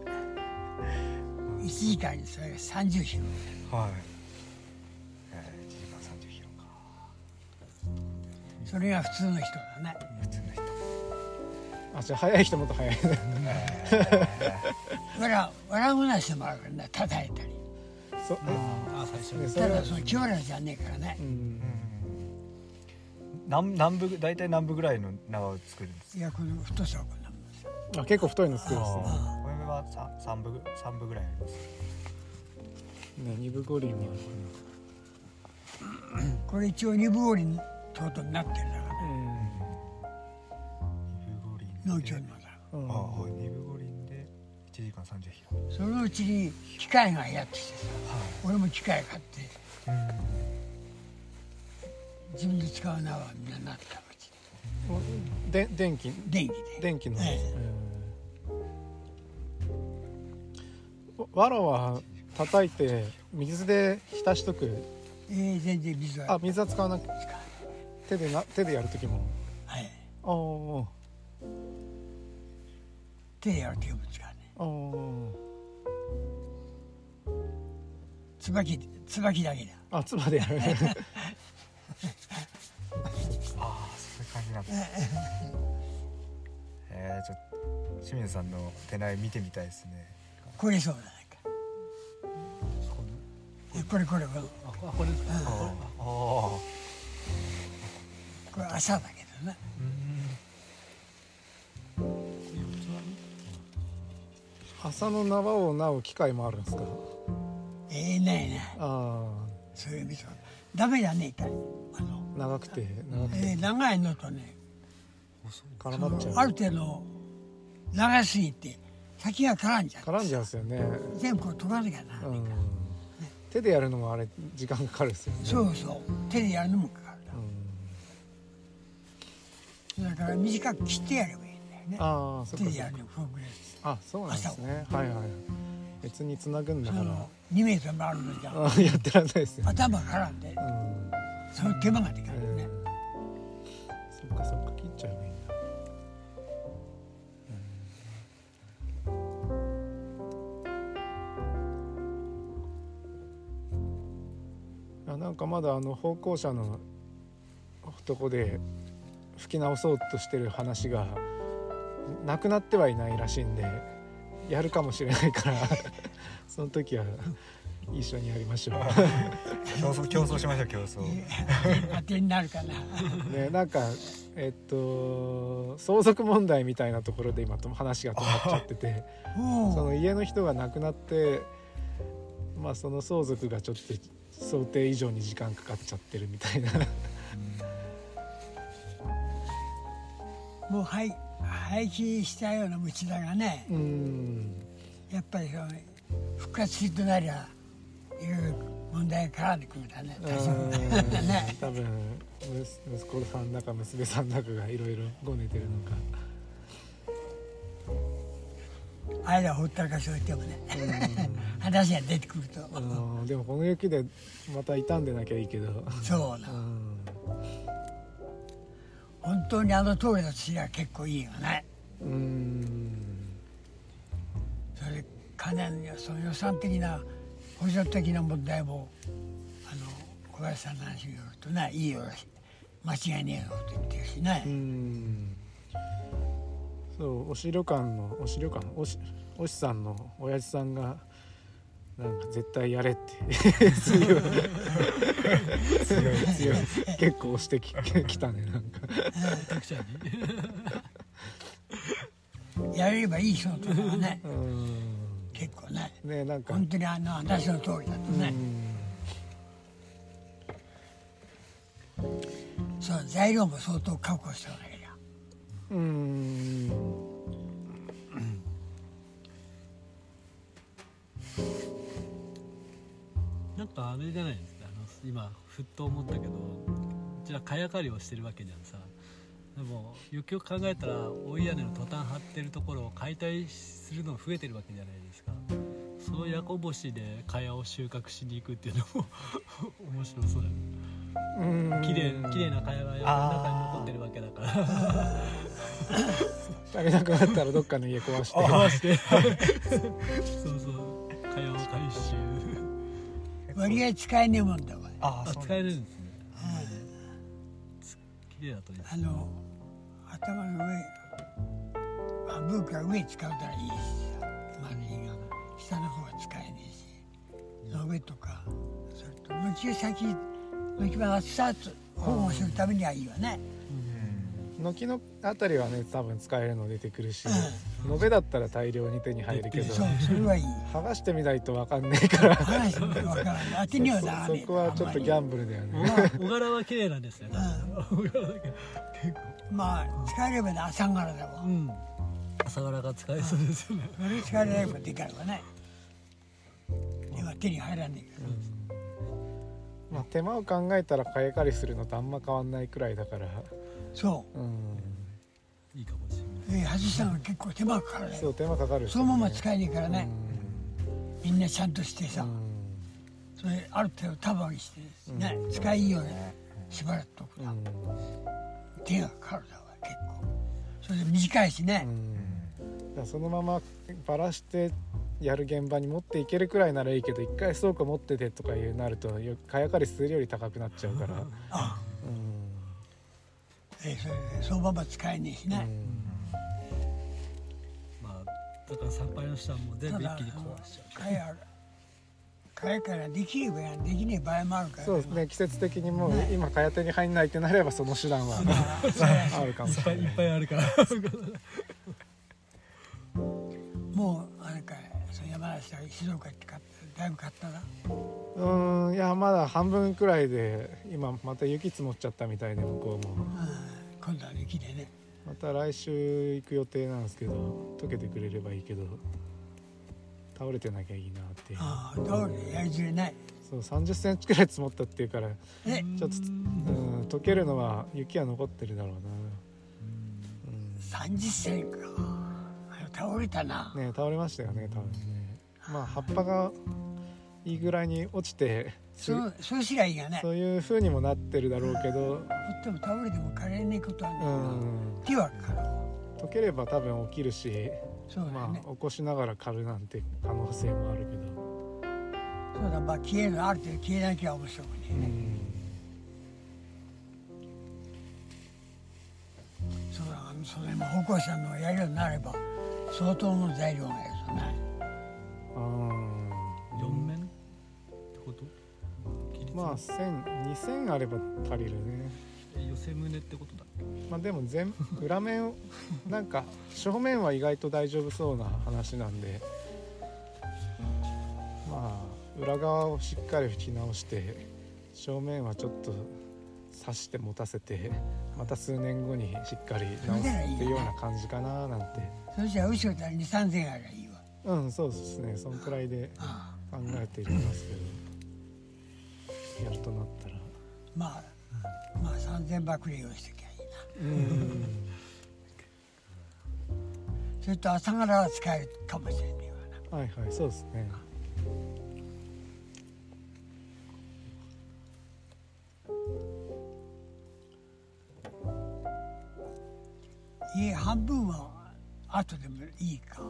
いちじかんにそれがさんじゅっキロはい、えー、いちじかんさんじゅっキロかそれが普通の人だね普通の人あじゃあ速い人もっと速いねわらわらぐなしもあるからね叩いたりそあ最初にただその清原じゃねえからね、うん、 何何部大体何部ぐらいの縄を作るんですか。 いやこの太さはこんなもんですよ。 あ結構太いの作るんですね。 これは三部三部ぐらいありますね。二部五輪はこれ一応二部五輪とうとうになってるだからね、うん、 二部五輪農協のだ、 うん、ああ二部五輪でいちじかんさんじゅっキロそのうちに機械がやってきてさ、はい、俺も機械買って、うん、自分で使う縄はみんななったうちで電気電気で電気の、ええ、藁は叩いて水で浸しとく。 えー、全然水はあ水は使わなくて手でな手でやるときもはいああ手でやるときも使うねああ椿椿だけだあつばでやるああそういう感じなんですえー、ちょっと清水さんの手内見てみたいですね。 これそうだねこれこれこれあこれああこれ朝だけどね麻の縄を縄う機械もあるんですか？ ええないないあそういう意味ではダメだねあの、 あ長くて長くてえー長いのとね絡まっちゃう。 ある程度長すぎて先が絡んじゃう絡んじゃうんですよね。 全部こう飛ばなきゃな、 うん手でやるのもあれ時間かかるですよね。 そうそう手でやるのもかかるうんな、だから短く切ってやればいいんだよね。 ああそっ手かそっか。 でやるのフォークレスあそうなんですね。はいはい。別に繋ぐんだからそのにメートルもあるのじゃんああやってらんないですよね。 頭絡んでうんその手間がでかいよね、 そっかそっか切っちゃえばいいんだ。あなんかまだあの歩行者のとこで吹き直そうとしてる話がなくなってはいないらしいんでやるかもしれないからその時は一緒にやりましょう競争競争しましょう競争。 当てになるかなね、なんかえっと相続問題みたいなところで今と話が止まっちゃってておその家の人が亡くなってまあその相続がちょっと想定以上に時間かかっちゃってるみたいなもう廃廃棄したような虫だがねうんやっぱりその復活するとなりゃいろいろ問題が絡んでくるんだね多少ね多分息息子さんだか娘さんだかがいろいろごねてるのか間ほったらかしといてもね話が出てくるとうんでもこの雪でまた傷んでなきゃいいけどそうなうん本当にあの通りだとすりゃ結構いいよねうんそれで金のその予算的な補助的な問題もあの小林さんの話によるとねいいよ間違いねえよと言ってるしね、 うんそうおし旅館のおし旅館おしおしさんの親父さんがなんか絶対やれって強い強い強い結構押してききたねなんか拓ちゃんにやれればいい人のとこはねうん結構ねねなんか本当にあの話の通りだとね、そう材料も相当確保しておかなきゃうんうんなんかあれじゃないですかあの今ふっと思ったけどうちら蚊帳刈りをしてるわけじゃんさでもよくよく考えたら大屋根のトタン張ってるところを解体するのが増えてるわけじゃないですかそのヤコボシで蚊帳を収穫しに行くっていうのも面白そうだよねうん綺麗綺麗な蚊帳が世の中に残ってるわけだから足りなくなったらどっかの家壊して回してそうそう蚊帳を回収割合使えねえもんだわああ使えるんですね綺麗だといいですあの頭の上あブーから上使うたらいいしさ丸いが下の方は使えねえしの上とかそれと軒先軒場厚さ保護するためにはいいわね軒のあたりはね多分使えるの出てくるし延べだったら大量に手に入るけどそうそれはいい剥がしてみないと分かんないから話も分からない当てにはならねえそこはちょっとギャンブルだよね小柄は綺麗なんですよね小柄だけど結構まあ使えればね朝柄だわうん朝柄が使えそうですよねそれ使えればでかいわね今手に入らねえからまあ手間を考えたら買い借りするのとあんま変わんないくらいだからそうんいいかもしれないうえ外したの結構手間かかるねそう手間かかるしそのまま使えねえからねうみんなちゃんとしてさんそれある程度束にしてね使いようにしばらくとくうん手がかかるだわ結構それで短いしねうんだからそのままバラしてやる現場に持っていけるくらいならいいけど一回倉庫持っててとかいうなるとよ買い借りするより高くなっちゃうからあうんえそれでそのまま使えねえしねまあだから参拝の人はもう全ただ部一気に壊しちゃう買いある買いからできればやできねえ場合もあるからそうですね季節的にもう今蚊帳手に入んないってなればその手段はあるかもしれないいっぱいいっぱいあるからもうあれかまだした静岡行って買っただいぶ買ったな。 うーんいやまだ半分くらいで今また雪積もっちゃったみたいで向こうもうん今度は雪でね。 また来週行く予定なんですけど溶けてくれればいいけど倒れてなきゃいいなっていう。 ああ倒れてやりきれない。 そうさんじゅっセンチくらい積もったっていうからえちょっとうん溶けるのは雪は残ってるだろうな。 さんじゅっセンチか。倒れたな。 ね倒れましたよね多分ね。まあ葉っぱがいいぐらいに落ちてそうそうしりゃいいがね。 そういう風にもなってるだろうけど、 ほっても倒れても枯れねえことはね。 うん手はかかる。 溶ければ多分起きるし、 そうだまね。 あ起こしながら狩るなんて可能性もあるけど、 そうだまあ消えるのある程度消えなきゃ面白くねえね。 うんそうだそれも歩行者のやるようになれば相当の材料がいるぞね。 あよん面ってこと比率まあせんにせんあれば足りるね。 え寄せ胸ってことだっけ。 まあでも全裏面をなんか正面は意外と大丈夫そうな話なんで、まあ裏側をしっかり拭き直して正面はちょっと刺して持たせてまた数年後にしっかり直すっていうような感じかななんて。 そしたら後ろからにさんぜんあればいいわ。 うんそうですねそんくらいであ考えていますけど、やるとなったらまあまあさんぜんばくれ用意してきゃいいな。 うんそれと朝柄は使えるかもしれないわな。 はいはいそうですね。 家半分は後でもいいか。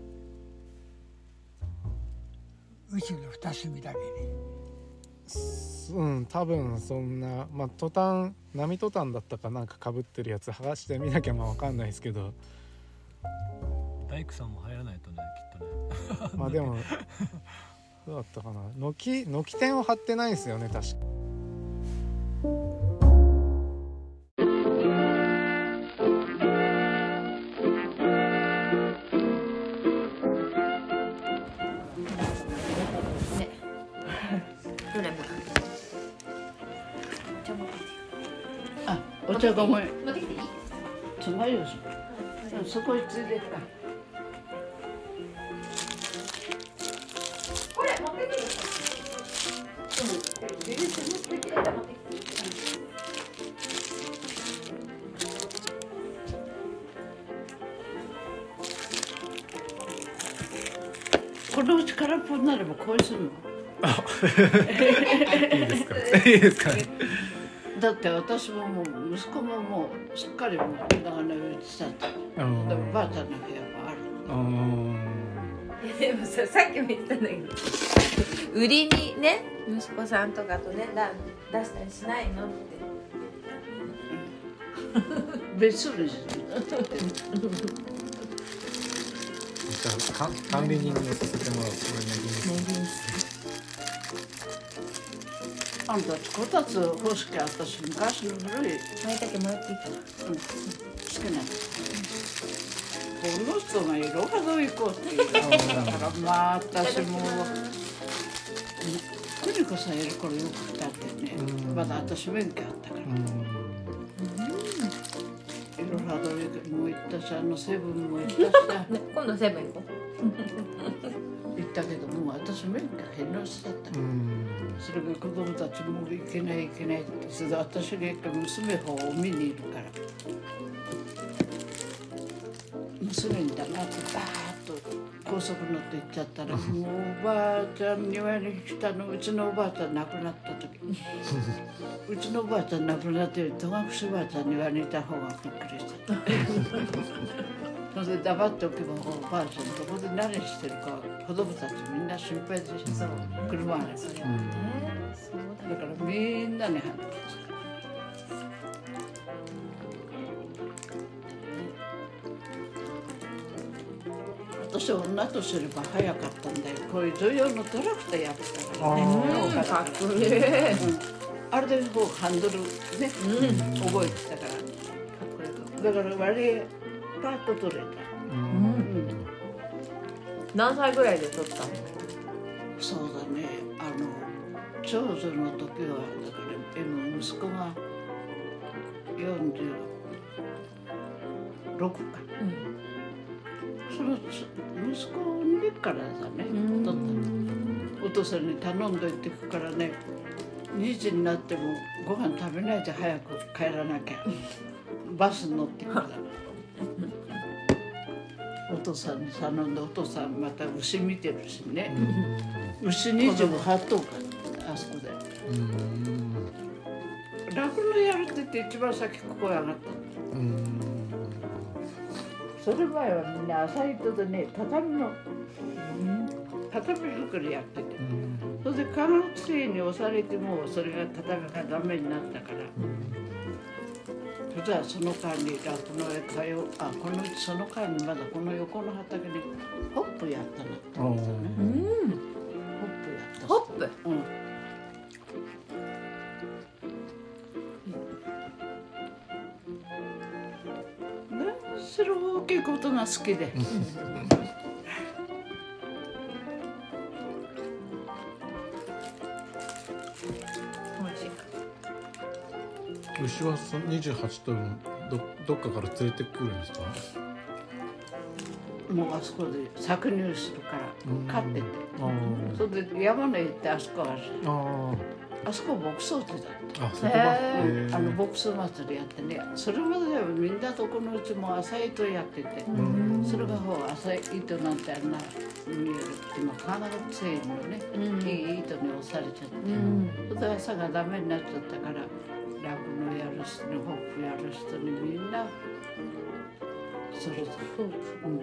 後ろの二隅だけで。 うん多分そんなまあトタン波トタンだったかなんか被ってるやつ剥がしてみなきゃまあ分かんないですけど大工さんも入らないとねきっとね。 まあでもどうだったかな軒軒天を張ってないんですよね確か。 お茶がごめん。持ってきていい？つまようじ。そこについてた。 これ持ってきて。うん。入れて持ってきて持ってきて。 このうち空っぽになればこうするの。 いいですかいいですかだって私ももう息子ももうすっかりもう長年打ち去ったでもばあちゃんの部屋はあるの。 でもささっきも言ったんだけど売りにね息子さんとかとねだ出したりしないのって別売りじじゃあ管理人にさせてもらう。これねゃんあんたこたつ欲しきゃ私昔の古い舞茸もらっていいかな。 うん、好きなこの人が色がどういこうって言うだからまあ私も邦子さんいる頃よく来たんだよね。まだ私免許あったからいろはどういも行ったしあのセブンも行ったしね今度セブン行こ行ったけどもう私免許返納しちゃったからそれが子供たちも行けない行けないってそれで私が娘方を見にいるから娘にだなってバーッと高速乗って行っちゃったらもうおばあちゃん庭に来たのうちのおばあちゃん亡くなった時うちのおばあちゃん亡くなってる戸隠おばあちゃん庭にいた方がびっくりしちゃったそれで黙っておけばおばあちゃんどこで何してるか子供たちみんな心配でしょ車がねう。ねそうだだからみんなに話す私は女とすれば早かったんだよこういう女優のトラクターやってたからねうんかっこいい。 うんあれでこうハンドルね、 うん覚えてたからかっこいいかっこいい。 だから割合パッと取れた、 うんうん何歳ぐらいで取ったの？ そうだね、あの長女の時はだから今息子がよんじゅうろくか、 うんその息子にびからだね取ったの。お父さんに頼んどいてくからね、にじになってもご飯食べないで早く帰らなきゃバスに乗ってくからお父さんに頼んで、お父さんまた牛見てるしね、牛にじゅうはち頭かあそこで酪農やるって言って一番先ここへ上がったの。それ前はみんな朝糸でね、畳の畳作りやってて、それで化学繊維に押されてもうそれが畳がダメになったから、じゃあその間に酪農へ通う、あこのその間にまだこの横の畑にホップやったの、ね、 うんホップやったホップうん何しろ大きいことが好きで牛はそのにじゅうはち頭どどっかから連れてくるんですか？ もうあそこで搾乳するから飼ってて、 あそれで山の行ってあそこはああそこ牧草地だったあそこがへへーあの牧草祭りやってね、それまではみんなどこのうちも朝糸やってて、 うんそれがほう朝糸なんてあんな見える今化学繊維のね、 うんいい糸に押されちゃって、 うんそれで朝がダメになっちゃったから酪農やる人にホップやる人にみんなそれぞれ、うん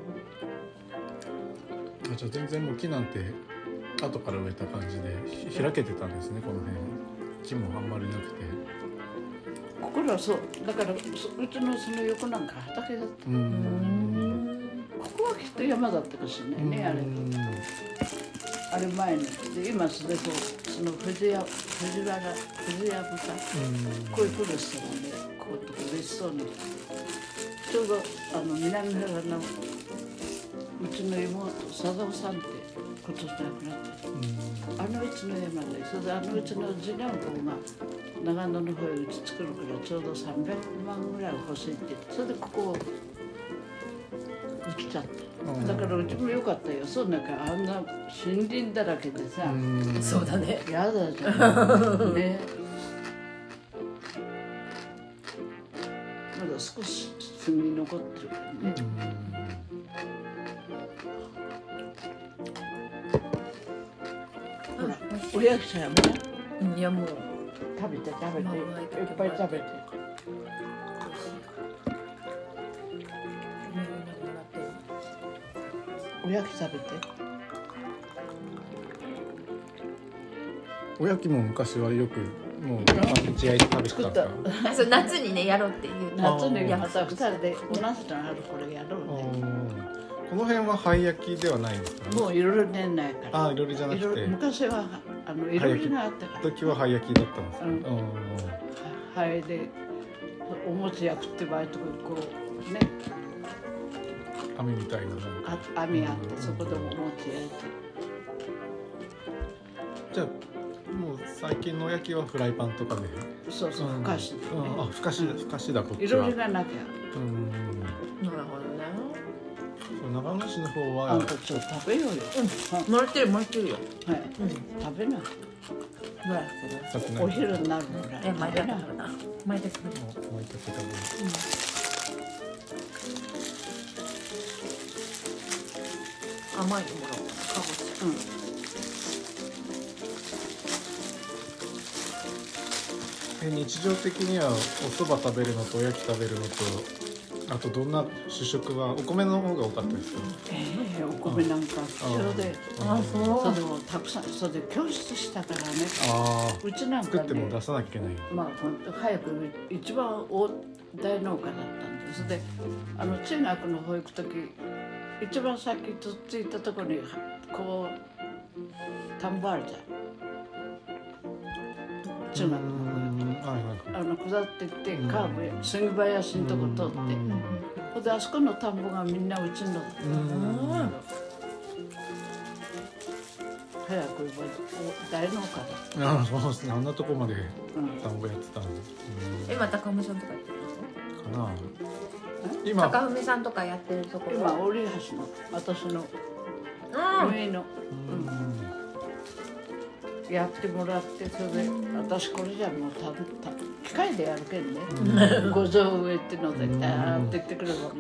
あじゃあ全然もう木なんて後から植えた感じでひ開けてたんですね、この辺木もあんまりなくて。 ここらそうだからそうちのその横なんか畑だった、 うーんここはきっと山だったかしれないね、あれあれ前にで今それとその藤屋藤原藤屋豚こういうプロスがねこうとこ別荘にちょうどあの南原のうちの妹貞夫さんって今年亡くなったあのうちの山で、それであのうちの次男坊が長野の方へうち作るからちょうどさんびゃくまんぐらい欲しいってそれでここを売っちゃっただからうちもよかったよ、そんなかあんな森林だらけでさそうだねやだじゃんねまだ少し炭残ってるからねほらおやきさんやもんいやもう食べて食べていっぱい食べておやき食べておやきも昔はよくもう打ち合いで食べてたんですか？ あそう夏にねやろうっていう夏にまたふたりでおなすのあるこれやろうねこの辺は灰焼きではないんですかね？ もういろいろ年内からあいろいろじゃなくいろて昔はあのいろいろがあったから時は灰焼きだったんですか？ うん灰でお餅焼くって場合とかこうね網みたいななんかあ網あってそこでお餅焼いてじゃあもう最近のお焼きはフライパンとかでそうそうふかしでねうんあふかしだふかしだこっいちはろいろがなきゃうんなるほどね長野市の方はあんたちょっと食べようよもらってるもらってるよはい食べなもらってるさつないお昼になるぐらいえ巻いて食べな食べな巻いて食べなもう一回食べる甘いのもらおうかぼちうんえ日常的にはお蕎麦食べるのとおやき食べるのとあとどんな主食はお米の方が多かったですか？ ええお米なんか貴重であそうそれをたくさんそれで教室したからねあうちなんあ作かねっても出さなきゃいけないまあ本当早く一番大大農家だったんですであの中学の保育時一番先とっついたところにこう田んぼあるじゃん中学の保育はいはいあの下ってってカーブへ杉林のとこ通ってほんであそこの田んぼがみんなうちのだった早く言えば大農家だ。 ああそうですね、あんなとこまでうん田んぼやってたんで、うん今高文さんとかやってるかなの今高文さんとかやってるところ今折橋の私のうん上のうんやってもらって、それで私これじゃもうたた機械でやるけんね、五臓植えってのでダーって言ってくればもう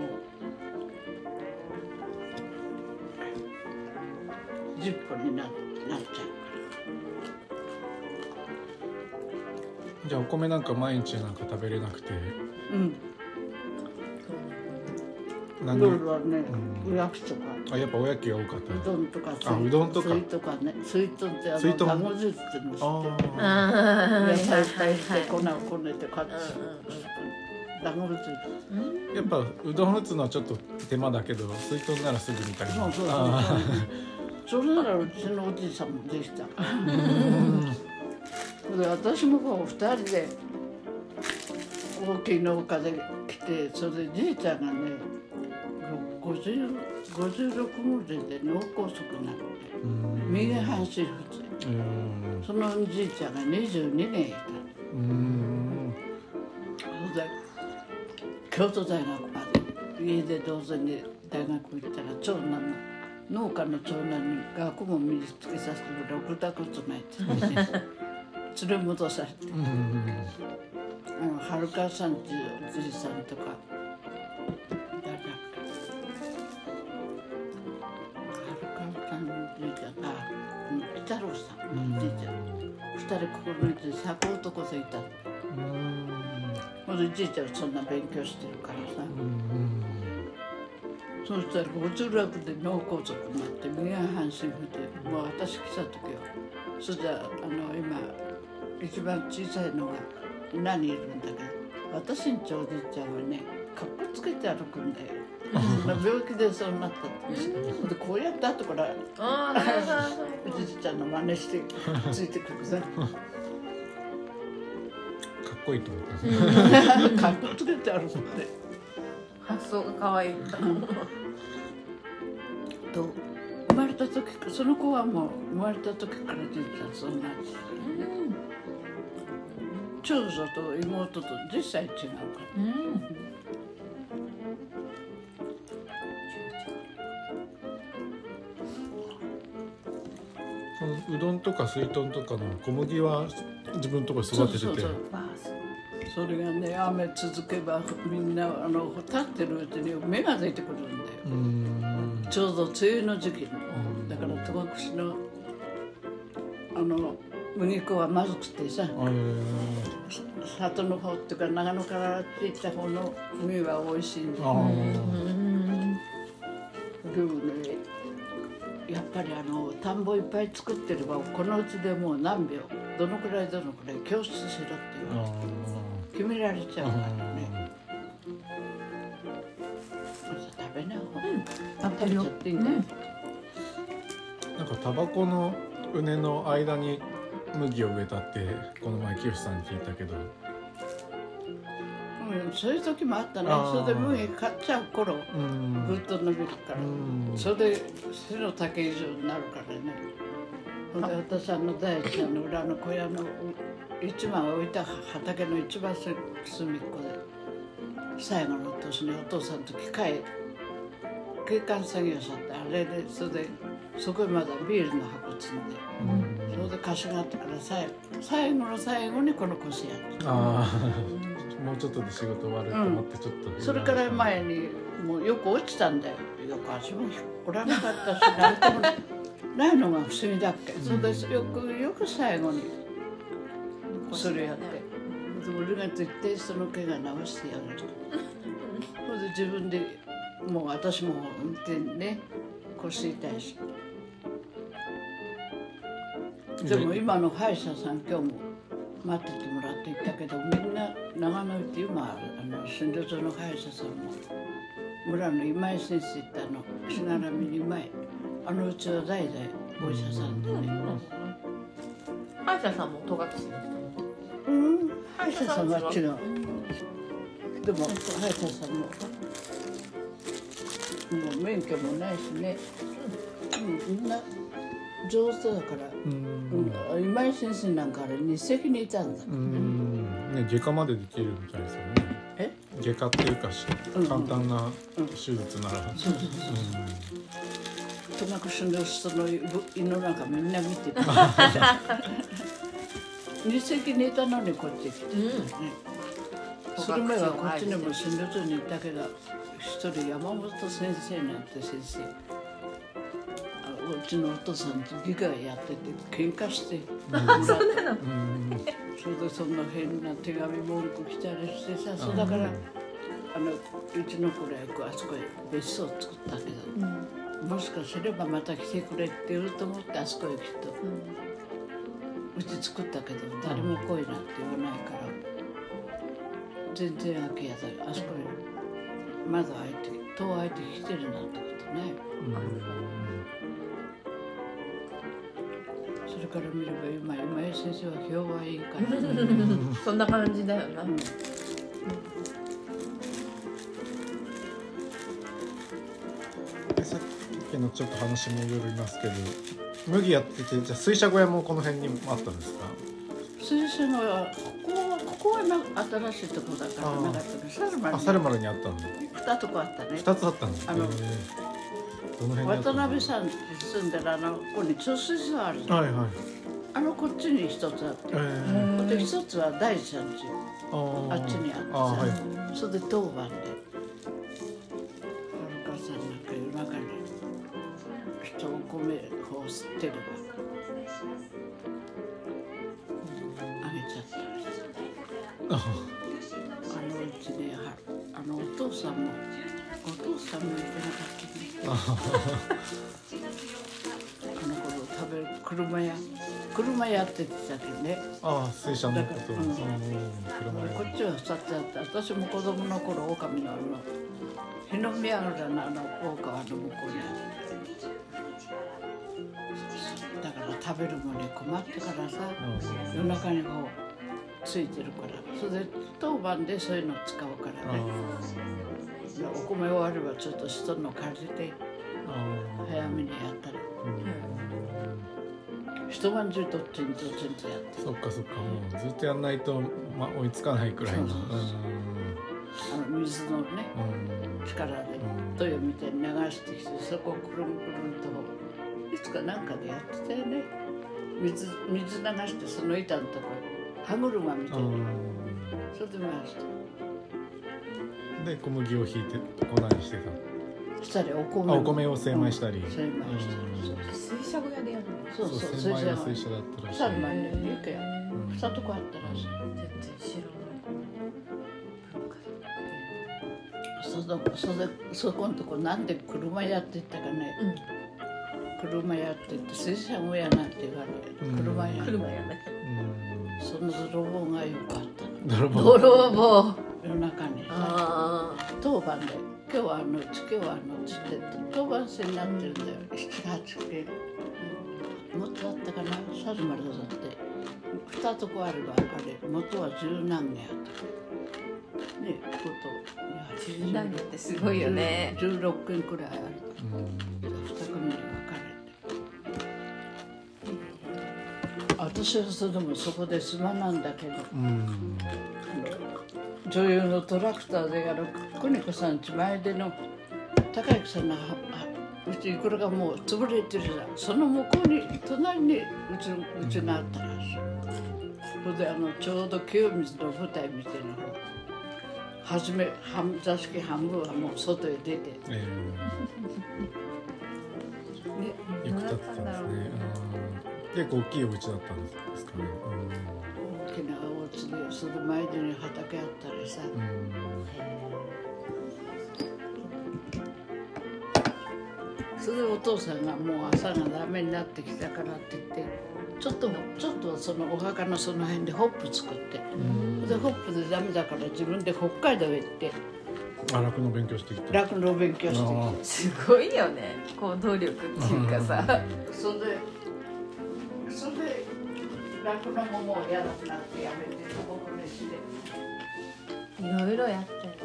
じゅっぽんにななっちゃうかじゃあお米なんか毎日なんか食べれなくてら。うん何夜はね、 うんおやきとかあやっぱおやきが多かったうどんとかあうどんとか水とかね、水豚ってあの水豚団子汁っていうの知ってる。 あ野野菜炊いて粉をこねてカットする団子汁。 ーやっぱうどん打つのはちょっと手間だけど水豚ならすぐに足りますそうそうそうあそれならうちのおじいさんもできた。 ーで私もこう二人で大きい農家で来て、それでじいちゃんがねごじゅうろくぐらいで脳梗塞になってうん右半身不随。 うんそのじいちゃんがにじゅうにねんいた。 うんそれで京都大学まで家で同然で大学行ったら長男の農家の長男に学問身につけさせてもらうろくたことないって言ってね連れ戻されて、 うんあの春川さんっていうおじいさんとか誰だっけ、春川さんのおじいちゃん、あうん北郎さんのおじいちゃん、二人ここにいて酒男でいたの。ほんでじいちゃんはそんな勉強してるからさ、そうしたらごつらくで脳梗塞になって右半身不随。もう私来た時はそれじゃあの今一番小さいのが何いるんだけど、私んちおじいちゃんはねかっこつけて歩くんだよ。そんな病気でそうなったってでこうやって後からあーはいはいはいおじいちゃんの真似してついてくるさかっこいいと思ったかっこつけて歩くって発想が可愛いと生まれた時、その子はもう生まれた時からじいちゃんそうなってたよね。長女と妹とじゅっさい違うから。 そのうどんとか水豚とかの小麦は自分のところで育てててそうそうそうそれがね雨続けばみんなあの立ってるうちに芽が出てくるんだよ。 うーんちょうど梅雨の時期にだから戸隠のあの麦粉はまずくてさ、 あー里の方っていうか長野からっていった方の麦は美味しいんだよ。 あーでもねやっぱりあの田んぼいっぱい作ってればこのうちでもう何秒どのくらいどのくらい教室しろって言われて決められちゃうからね。食べない方が食べちゃっていいんだよ。 なんかタバコの畝の間に麦を植えたってこの前清さんに聞いたけど、 うん、そういう時もあったね。 あーそれで麦買っちゃう頃うんぐっと伸びるから、 うんそれで背の丈以上になるからね。ほんで私あの大地さんの裏の小屋の一番置いた畑の一番隅っこで最後の年にお父さんと機械景観作業者ってあれでそれでそこへまだビールの箱積んで、それで貸しがあってから最最後の最後にこの腰やる。 ああもうちょっとで仕事終わると思ってちょっと、 それから前にもうよく落ちたんだよ。よく足も折らなかったし何ともないのが不思議だっけ。それでよくよく最後にそれやって、俺が絶対その怪我直してやると。それで自分でもう私も運転ね腰痛いし。でも今の歯医者さん今日も待っててもらって行ったけど、みんな長野行って今あの診療所の歯医者さんも村の今井先生ってあのしがらみに前あのうちは代々お医者さんでね。 歯医者さんも戸隠の人うん歯医者さんは違う。でも歯医者さんももう免許もないしね、うん、みんな上手だから、 うんうん、今井先生なんかあれ日赤にいたんだ、 うんね、外科までできるみたいですよね。 え外科っていうかしうん簡単なうん手術なら、 そうそうそう戸隠の人の胃の中みんな見てる日赤にいたのにこっち来て、ね、それ前はこっちにも診療所にいたけど一人山本先生なんて先生あのうちのお父さんと議会やってて喧嘩してそうなのうんそれでそんな変な手紙文句来たりしてさそうだからあのうちの子らよくあそこへ別荘を作ったけど、もしかすればまた来てくれって言うと思ってあそこへきっと、うち作ったけど誰も来いなんて言わないから全然空き家だよあそこへ窓開いて戸開いてきてるなんてことない。それから見れば今今井先生は評判いいからそんな感じだよな、 うんでさっきのちょっと話戻りますけど、麦やっててじゃあ水車小屋もこの辺にあったんですか？ 水車はここはここはな新しいとこだからなかったけどサルマにあ、猿丸にあったの。 二とこあったね。 二つあったんです。 あのへーどの辺にあった渡の？ 辺さんって住んでるあのここに貯水槽あるじゃん、 はいはい。 あのこっちに一つあってえー、 で一つは大ちゃんちあーあっちにあってさ、 あーはい。 それで当番でお母さんなんか夜中に人お米を吸ってればあげちゃったりしてああのうちねはあのお父さんもお父さんもいけなかったねあの頃食べる車屋車やっててたけどねあー、水車のこと。 だからうんうん車こっちはふたつあって私も子供の頃狼のあの日の宮浦のあの大川の向こうにあってだから食べるものに困ってからさうん夜中にこうついてるからそれで当番でそういうの使うからあねお米終わればちょっと人の借りてあ早めにやったりうん一晩中どっちにどっちにとやってそっかそっか、もうずっとやんないと、ま、追いつかないくらいの。 そうそうそうあの水のねうん力でうん豊みたいに流してきてそこをくるんくるんといつかなんかでやってたよね水水流してその板のとこへ歯車みたいにうんそれで回してで小麦をひいて粉にしてしたりお米た。あ、お米を精米したり。 うん精米したりうん水車小屋でやるのそうそう精それじゃ米は水車だったらしい。 サルマンに行けやうん二とこあったらしい全然知らないそのそれそこんとこなんで車やって言ったかね車やってって水車小屋なんて言わない車や車やねうんその泥棒がよくあったの泥棒。 泥棒夜中にあ当番で今日はあの今日はあのつって当番制になってるんだよ七八件もっとあったかなサルマルだって二とこあればあれ元は十何件あったねことにあなんだってすごいよね十六件くらいあるうん二組に分かれて私はそれでもそこで島なんだけどうん女優のトラクターである邦子さんち前での高之さんのうちこれがもう潰れてるじゃんその向こうに隣にうちのうちがあったらしいそれであのちょうど清水の舞台みたいなの初め半座敷半分はもう外へ出て、ね、 えー、よく建ってたんですね。うん結構大きいお家だったんですかね。 大きなお家でその前に畑あったりさ、それでお父さんがもう朝がダメになってきたからって言ってちょっとちょっとそのお墓のその辺でホップ作って、でホップでダメだから自分で北海道へ行ってあ、酪農勉強してきた。 酪農勉強してきてすごいよね行動力っていうかさそれでそれで酪農ももう嫌だくなってやめてタバコにしていろいろやったよね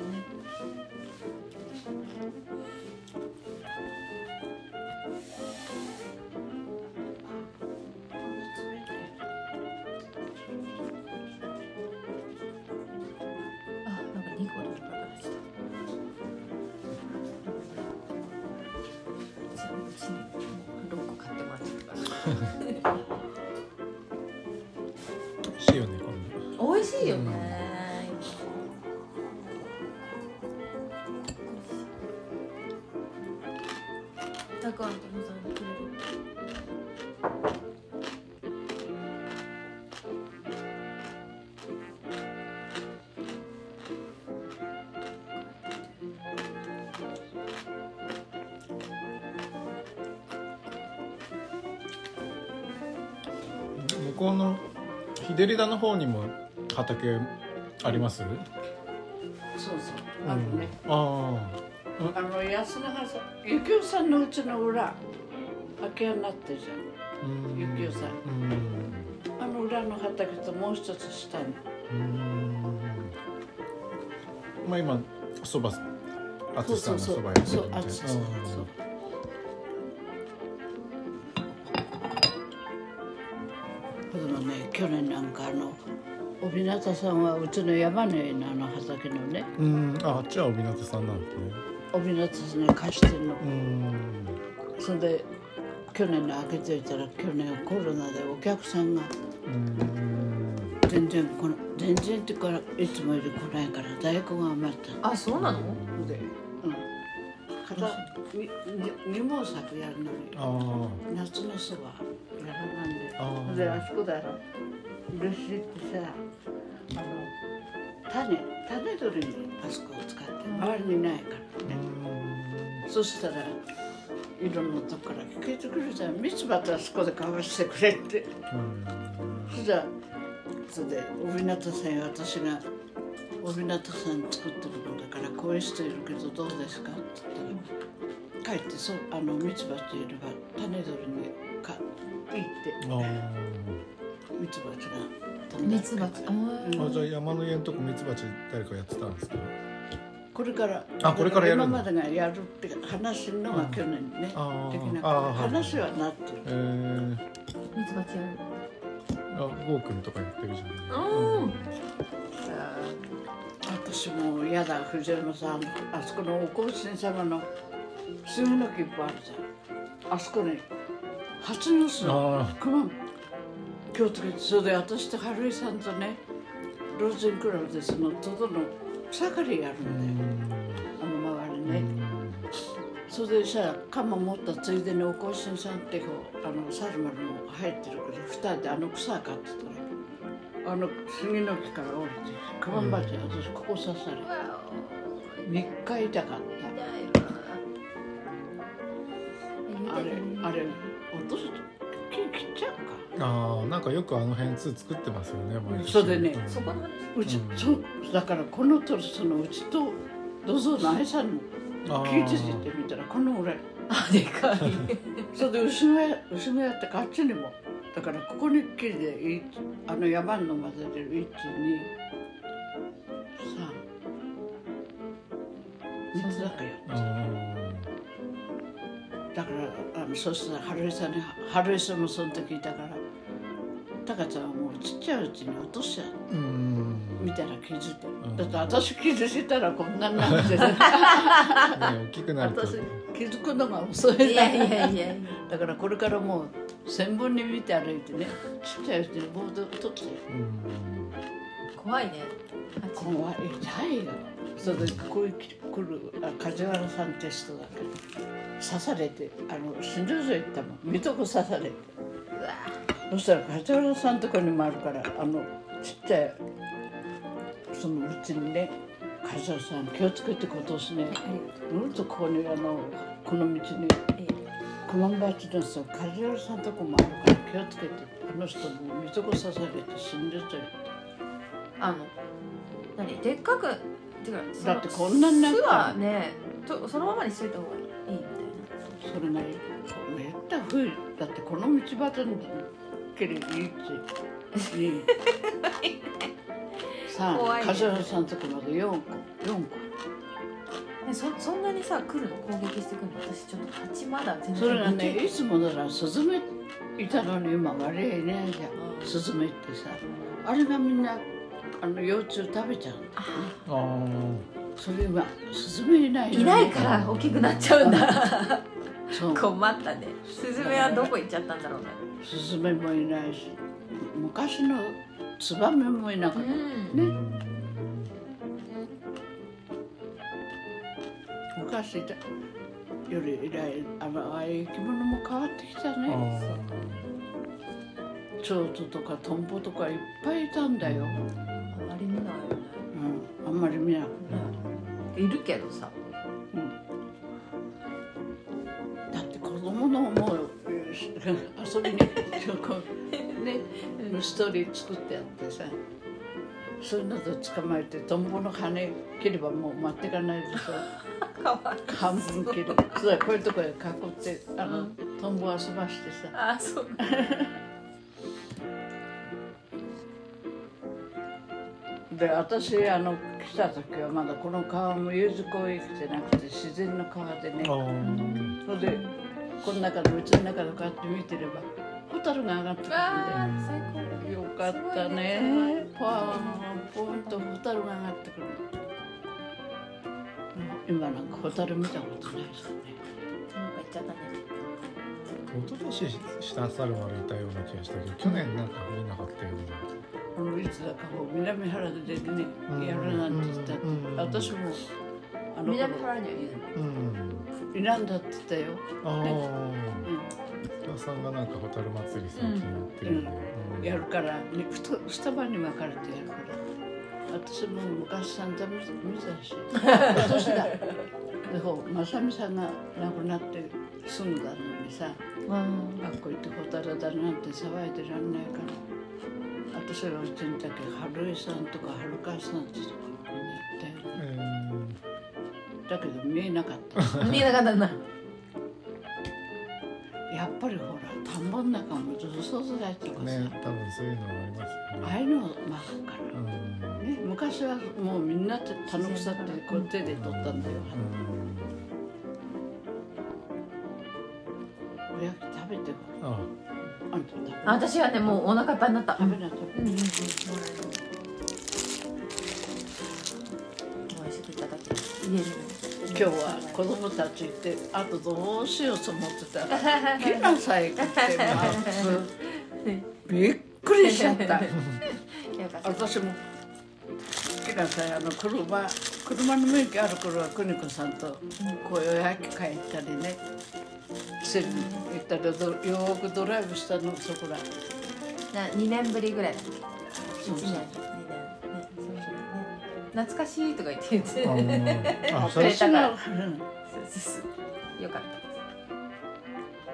美味しいよねこの美味しいよね。たくあんとのさんくれる。 向こうの秀利田の方にも畑あります？ そうそうあるね、 うん、ああの安永さん、ゆきおさんのうちの裏空き家になってるじゃん、 うんゆきおさん、 うんあの裏の畑ともう一つ下に、 うんまあ今そば淳さんのそばやってそうるみたいな。 淳さん、そうでもね、去年なんかあの帯名さんはうちの山の上のあの畑のね、 うん、あ、あっちは帯名さんなんですね。 帯名さんに貸してるの、 うんそれで去年の開けていたら、去年コロナでお客さんがうん全然この全然ってからいつもより来ないから在庫が余ったあ、そうなの？ で、うん、片に二毛作やるのにあ夏のそばやらなんで、 あーであそこだろ、嬉しいってさ、あの種種取りにあそこを使って周りにないからあ、 ね、そしたらいろんなとこから聞いてくるじゃん、ミツバとあそこで買わせてくれって、そしたらそれで帯名さんに私が帯名さん作ってるもんだからこういう人いるけどどうですかって言ったら、帰ってそうあのミツバチいれば種取りにか行ってミツバチが飛んでミツバチ。 うんあ、じゃあ山の家のとこミツバチ誰かやってたんですか？ これからあこれからやるの今までがやるって話すのが去年ね、 あーできなあーかった話はなってる、 えー、 ミツバチやる。 あ、ゴーくんとかやってるじゃん。 うん。 私も嫌だ、藤山さんあそこのお甲神様の杉の木いっぱいあるじゃん、あそこに蜂の巣あクマ気をつけて、それで私と春井さんとね老人クラブでそのトドの草刈りやるーんだよ、あの周りね、それでさ鎌持ったついでにお甲神さんってこうあの猿丸も入ってるから二人であの草刈ってたら、あの杉の木から降りてクマバチ私ここ刺されみっか痛かったあれあれ落とす木切っちゃうか、 ああ、なんかよくあの辺巣作ってますよね。毎年それでねうんそこの話。 うち、 うんそうだからこのとそのうちと土蔵の愛さんもあー聞いててみたらこのぐらい、 あ、でかい。 それで牛小屋牛小屋ってあっちにもだからここにっきりでいあの山のまで出るいち、に、さん、みっつだけよ。 あだからあのそうしたら春井さんに春井さんもその時いたからタカちゃんはもうちっちゃいうちに落としちゃうーうんみたいな気づいて、 んだって私気づいたらこんなになってねね、大きくなると私気づくのが遅いいやいやいやいや。 だからこれからもう千本に見て歩いてねちっちゃいうちにボード取ってうん怖いね。 怖い痛いよ。それでここに来るあ梶原さんって人だけど刺されてあの死んでるぞ言ったもん水戸刺されて、 うわ。 そしたら梶原さんのとこにもあるからあのちっちゃいそのうちにね梶原さん気をつけて今年ねありがと乗るとここにあのこの道にう。えクマンバチのさ梶原さんのとこもあるから気をつけてあの人も水戸刺されて死んでるぞ言ってあの何でっかくてかそのだってこんなになんか巣はねとそのままにしといた方がいいみたいそれがめった冬だってこの道端にけりいいちにさあ怖いね梶原さんのとこまでよんこよんこな。そそんなにさ来るの攻撃してくるの？私ちょっと蜂まだ全然それがねできるいつもならスズメいたのに今割合いないじゃんスズメってさあれがみんなあの幼虫食べちゃうのああそれ今スズメいないのにいないから大きくなっちゃうんだ。 そう困ったね。スズメはどこ行っちゃったんだろうね。 スズメもいないし、昔のツバメもいなかった、 うんね。昔より以来、あのああいう生き物も変わってきたね。蝶々とかトンボとかいっぱいいたんだよ。 あまり見ないよね。 うん、あんまり見なくて。 いるけどさ。 だって子供のもう遊びにこうね、ストーリー作ってやってさ、そういうのと捕まえてトンボの羽切ればもう待っていかないでしょ。 かわいい。 半分切る。そうだ、こういうところで囲ってあの、うん、トンボ遊ばしてさ。 あ、そう。 で、私あの来た時はまだこの川も U 字工行ってなくて自然の川でね。それでこの中でうちの中でこうやって見てればホタルが上がってくるんで、 最高。 よかったね。ポワンポンとホタルが上がってくる。今なんかホタル見たことないですよね。 なんか行っちゃったね。 一昨年下サルマルいたような気がしたけど、去年なんか見なかったような。 このいつだかも南原でね、やるなんて言ったって、私もあの南原にはいるの。いなんだって言ったよ。 ああ。お母さんがなんかホタル祭り最近やってるんで。 やるから、二晩に分かれてやるから。私も昔さんざ見たし、今年だ。でも正美さんが亡くなってすぐだのにさ、学校行ってホタルだなんて騒いでらんないから。私がうちにいたけど、春江さんとか春川さんってとこに行ったよね。だけど見えなかった。 見えなかったな。 やっぱりほら、田んぼの中も除草剤とかさ、 ね、多分そういうのがありますよね。 ああいうのをまくから、ね、昔はもうみんな田の草ってこう手で取ったんだよ。おやき食べてほら。 ああんた食べな。 私はね、もうお腹いっぱいになった。 食べな食べな。 美味しくいただきます。家で今日は子供たち行ってあとどうしようと思ってたらきなさえ食ってますびっくりしちゃった私もきなさえあの車車の免許ある頃は邦子さんとこういう焼き帰ったりねセリに行ったりよーくドライブしたのそこらにねんぶりぐらいだっけ。 そうそう懐かしいとか言って言ってあ、 くれたから。 うんそうそうそうよかったです。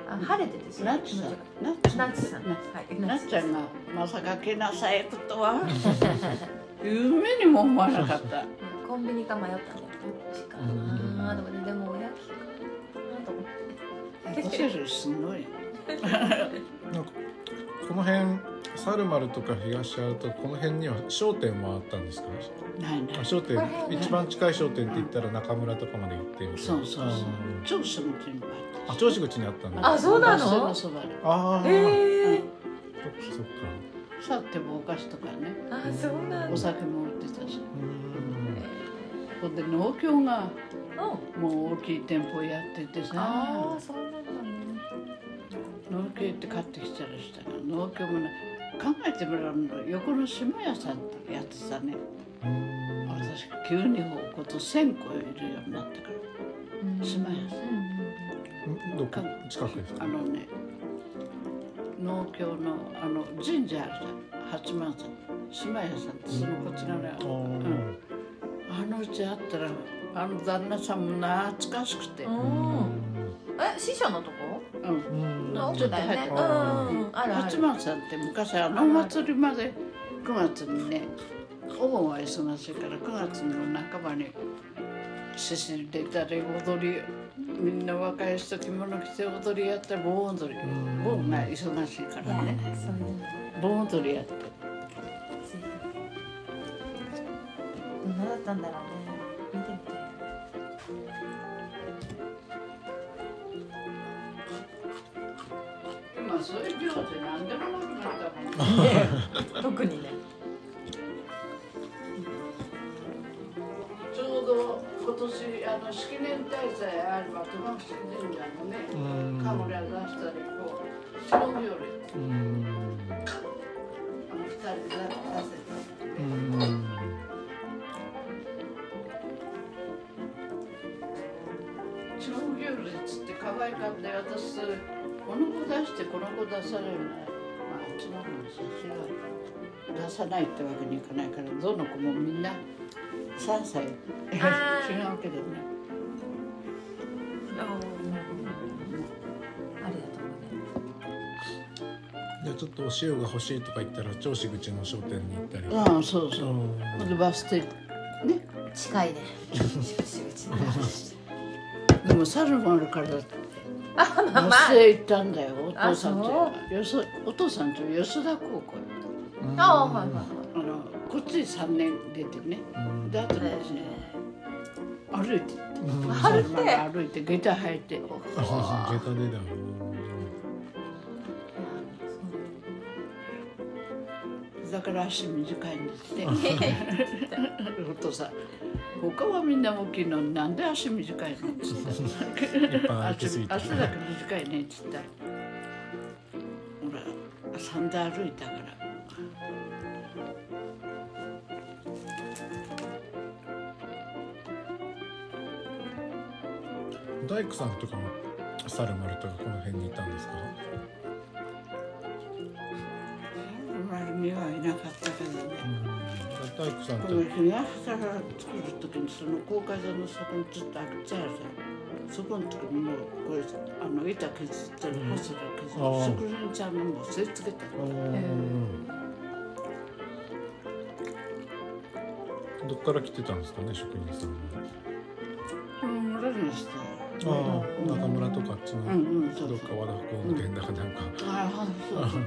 あ、晴れててすなっちさんなっちなっちさん、はい、 なっちゃんがまさかけなさえくとは夢にも思わなかったコンビニか迷ったんだよ。しかなあとかね、でもおやきかなと思って。 おせるすごいなんかこの辺サルマルとか東アルとこの辺には商店もあったんですか？ ないないあ商店一番近い商店って言ったら中村とかまで行ってる。 そうそうそう調子の地にもあったあ、調子口にあったんだ。 あ、そうなの？ バス停のそばでああ、 へえ。 そっかそっか。 さってもお菓子とかねあ、そうなんだ。 お酒も売ってたしうんほんで農協がうん。 もう大きい店舗やっててさああ、そうなんだね。 農協行って買ってきたらしたら農協もね考えてみれば横の下屋さんってやってたね私急にことせんこいるようになったから下屋さんどこ近くですか？ あのね農協のあの神社あるじゃん八幡さん島屋さんってそのこっち側にある、うん、あのうちあったらあの旦那さんも懐かしくて、 うん、え師匠のとこ？ うんの奥だよね。うん、あるある。 八幡さんって昔あのお祭りまでくがつにねお盆は忙しいからくがつの半ばに獅子出たり踊りみんな若い人着物着て踊りやったら盆踊り盆が忙しいからね盆踊りやってどんなだったんだろうね見てみたい今そういう行事何でもなくなったもん特にねちょうど今年ああの式年大祭あれば戸隠神社のねカモラ出したりこう忍び寄るうんあの二人で出せたうん忍び寄るっつって可愛かったよ私それこの子出してこの子出されるねまああっちの方の写真は出さないってわけにいかないからどの子もみんなさんさい違うけどねあーありがとうね。 でちょっとお塩が欲しいとか言ったら銚子口の商店に行ったりああそうそううでバス停ね近いね。 でも猿もあるからあ、まあまバス停行ったんだよお父さんとあよそお父さんと吉田高校うんあ、あはいはいはい。 あのこっちにさんねん出てねうんであとね歩いてうん猿まで歩いて下駄履いてあ下駄でだだから足短いんですってお父さん他はみんな大きいのになんで足短いのっつったら歩きすぎて足足だけ短いねっつったらほらさんだい歩いたから大工さんとかも猿丸とかこの辺にいたんですか？ 周りにはいなかったけどね大工さんとこの東から作る時にその高架座のそこにずっと開けちゃうじゃんそこのとこにもうこれあの板削ったり柱削ったりあー職人ちゃんのもう吸い付けたおーどっから来てたんですかね職人さんは。 この村にしてああ中村とかあっちのうんうんそうそうどっか和田工務店だかなんか、 ああそうそう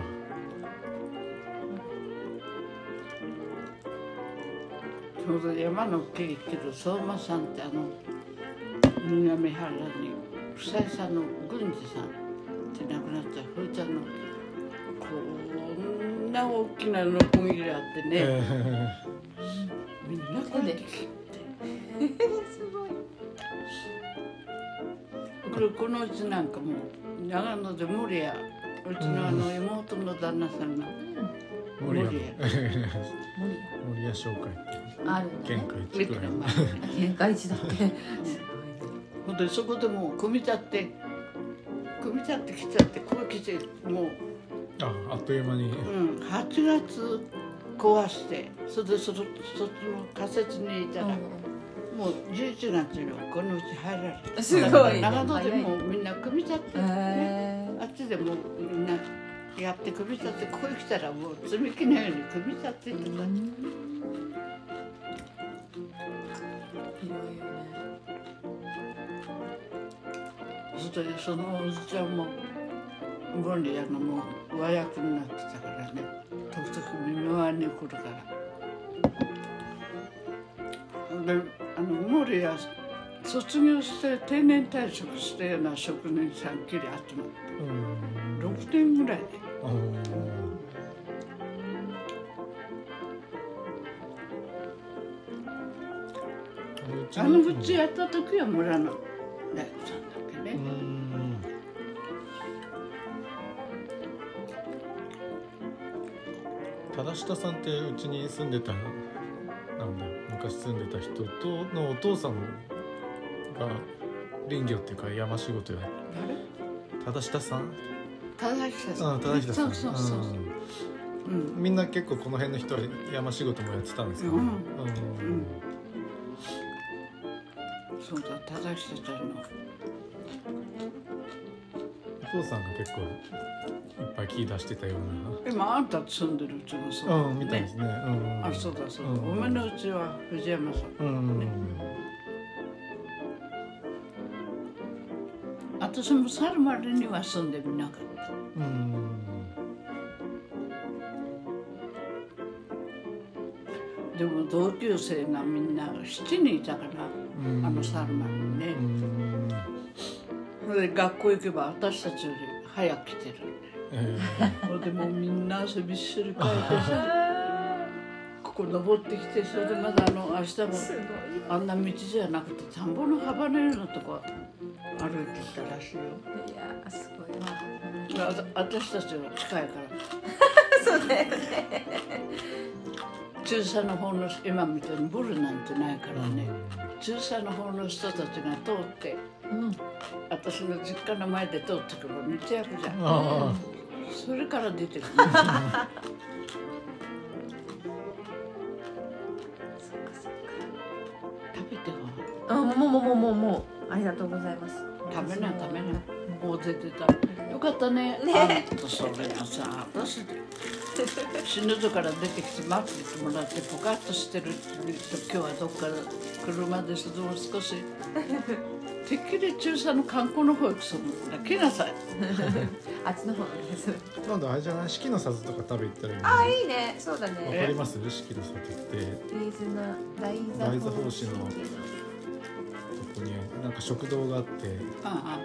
ちょうど山の家行ってる相馬さんってあの犬神原に房井さんの郡司さんって亡くなったふーちゃんのこんな大きなノコギリあってね、 えみんなこれで切ってすごい。 これこのうちなんかもう長野で守谷うちのあの妹の旦那さんがー、森屋森屋森屋商会あるんだね。 県会地くらいの限界値だって。 ほんでそこでもう組み立って組み立ってきちゃってこう来てもう、 ああっという間にうん、はちがつ壊してそれでそのそっちの仮設にいたら、もうじゅういちがつにはこのうち入られるすごいね。 長野でもうみんな組み立って、ね、 へあっちでもうみんなやって組み立ってここへ来たらもう積み木のように組み立ってってた、 ー広いよね。 それでそのおじちゃんもゴンリアのもう和訳になってたからね時々見舞いに来るからであの森屋卒業して定年退職したような職人さんきり集まってうんろくねんぐらいであーうちあのうちやった時は村の大工さんだけね、 うん忠下さんってうちに住んでたなんだ昔住んでた人とのお父さんが林業っていうか山仕事や忠下さん正久さんあ忠下さんそうそうそう、うんうんみんな結構この辺の人は山仕事もやってたんですかね、 うんうんそうだ正久ちゃんのお父さんが結構いっぱい木出してたよう今あんたと住んでるうちもそうな、 だうん、みたいですね。うん、 あそうだそうだ、 うんお前のうちは藤山さんうん、 私も猿丸には住んでみなかったうん、 でも同級生がみんなしちにんいたからうん、 あの猿丸にねう、ん、 それで学校行けば私たちより早く来てるえそれでもうみんな汗びっしりかいてさここう登ってきて、それでまだあの明日もすごい。 あんな道じゃなくて田んぼの幅のようなとこ歩いてきたらしいよ。 いやーすごいわ。 あ私たちは近いからそうだよね。 中佐の方の今みたいにブルなんてないからね、中佐の方の人たちが通ってうん。 私の実家の前で通ってくる道役じゃん。 あそれから出てくるそっかそっか。 食べてはあ、もうもうもうもうもうありがとうございます。 食べない食べないもう出てたよかったね。 ねあんたそれがさ私死ぬぞから出てきて待っててもらってポカッとしてると今日はどっか車でその少してっきり中佐の観光の方へ行くその来なさい。 あっちの方です。 あなんだあれじゃない四季の里とか食べ行ったらいいね。 あ、いいね。そうだわね。 かります四季の里ってリーズナ大大座座法師のとこになんか食堂があってあ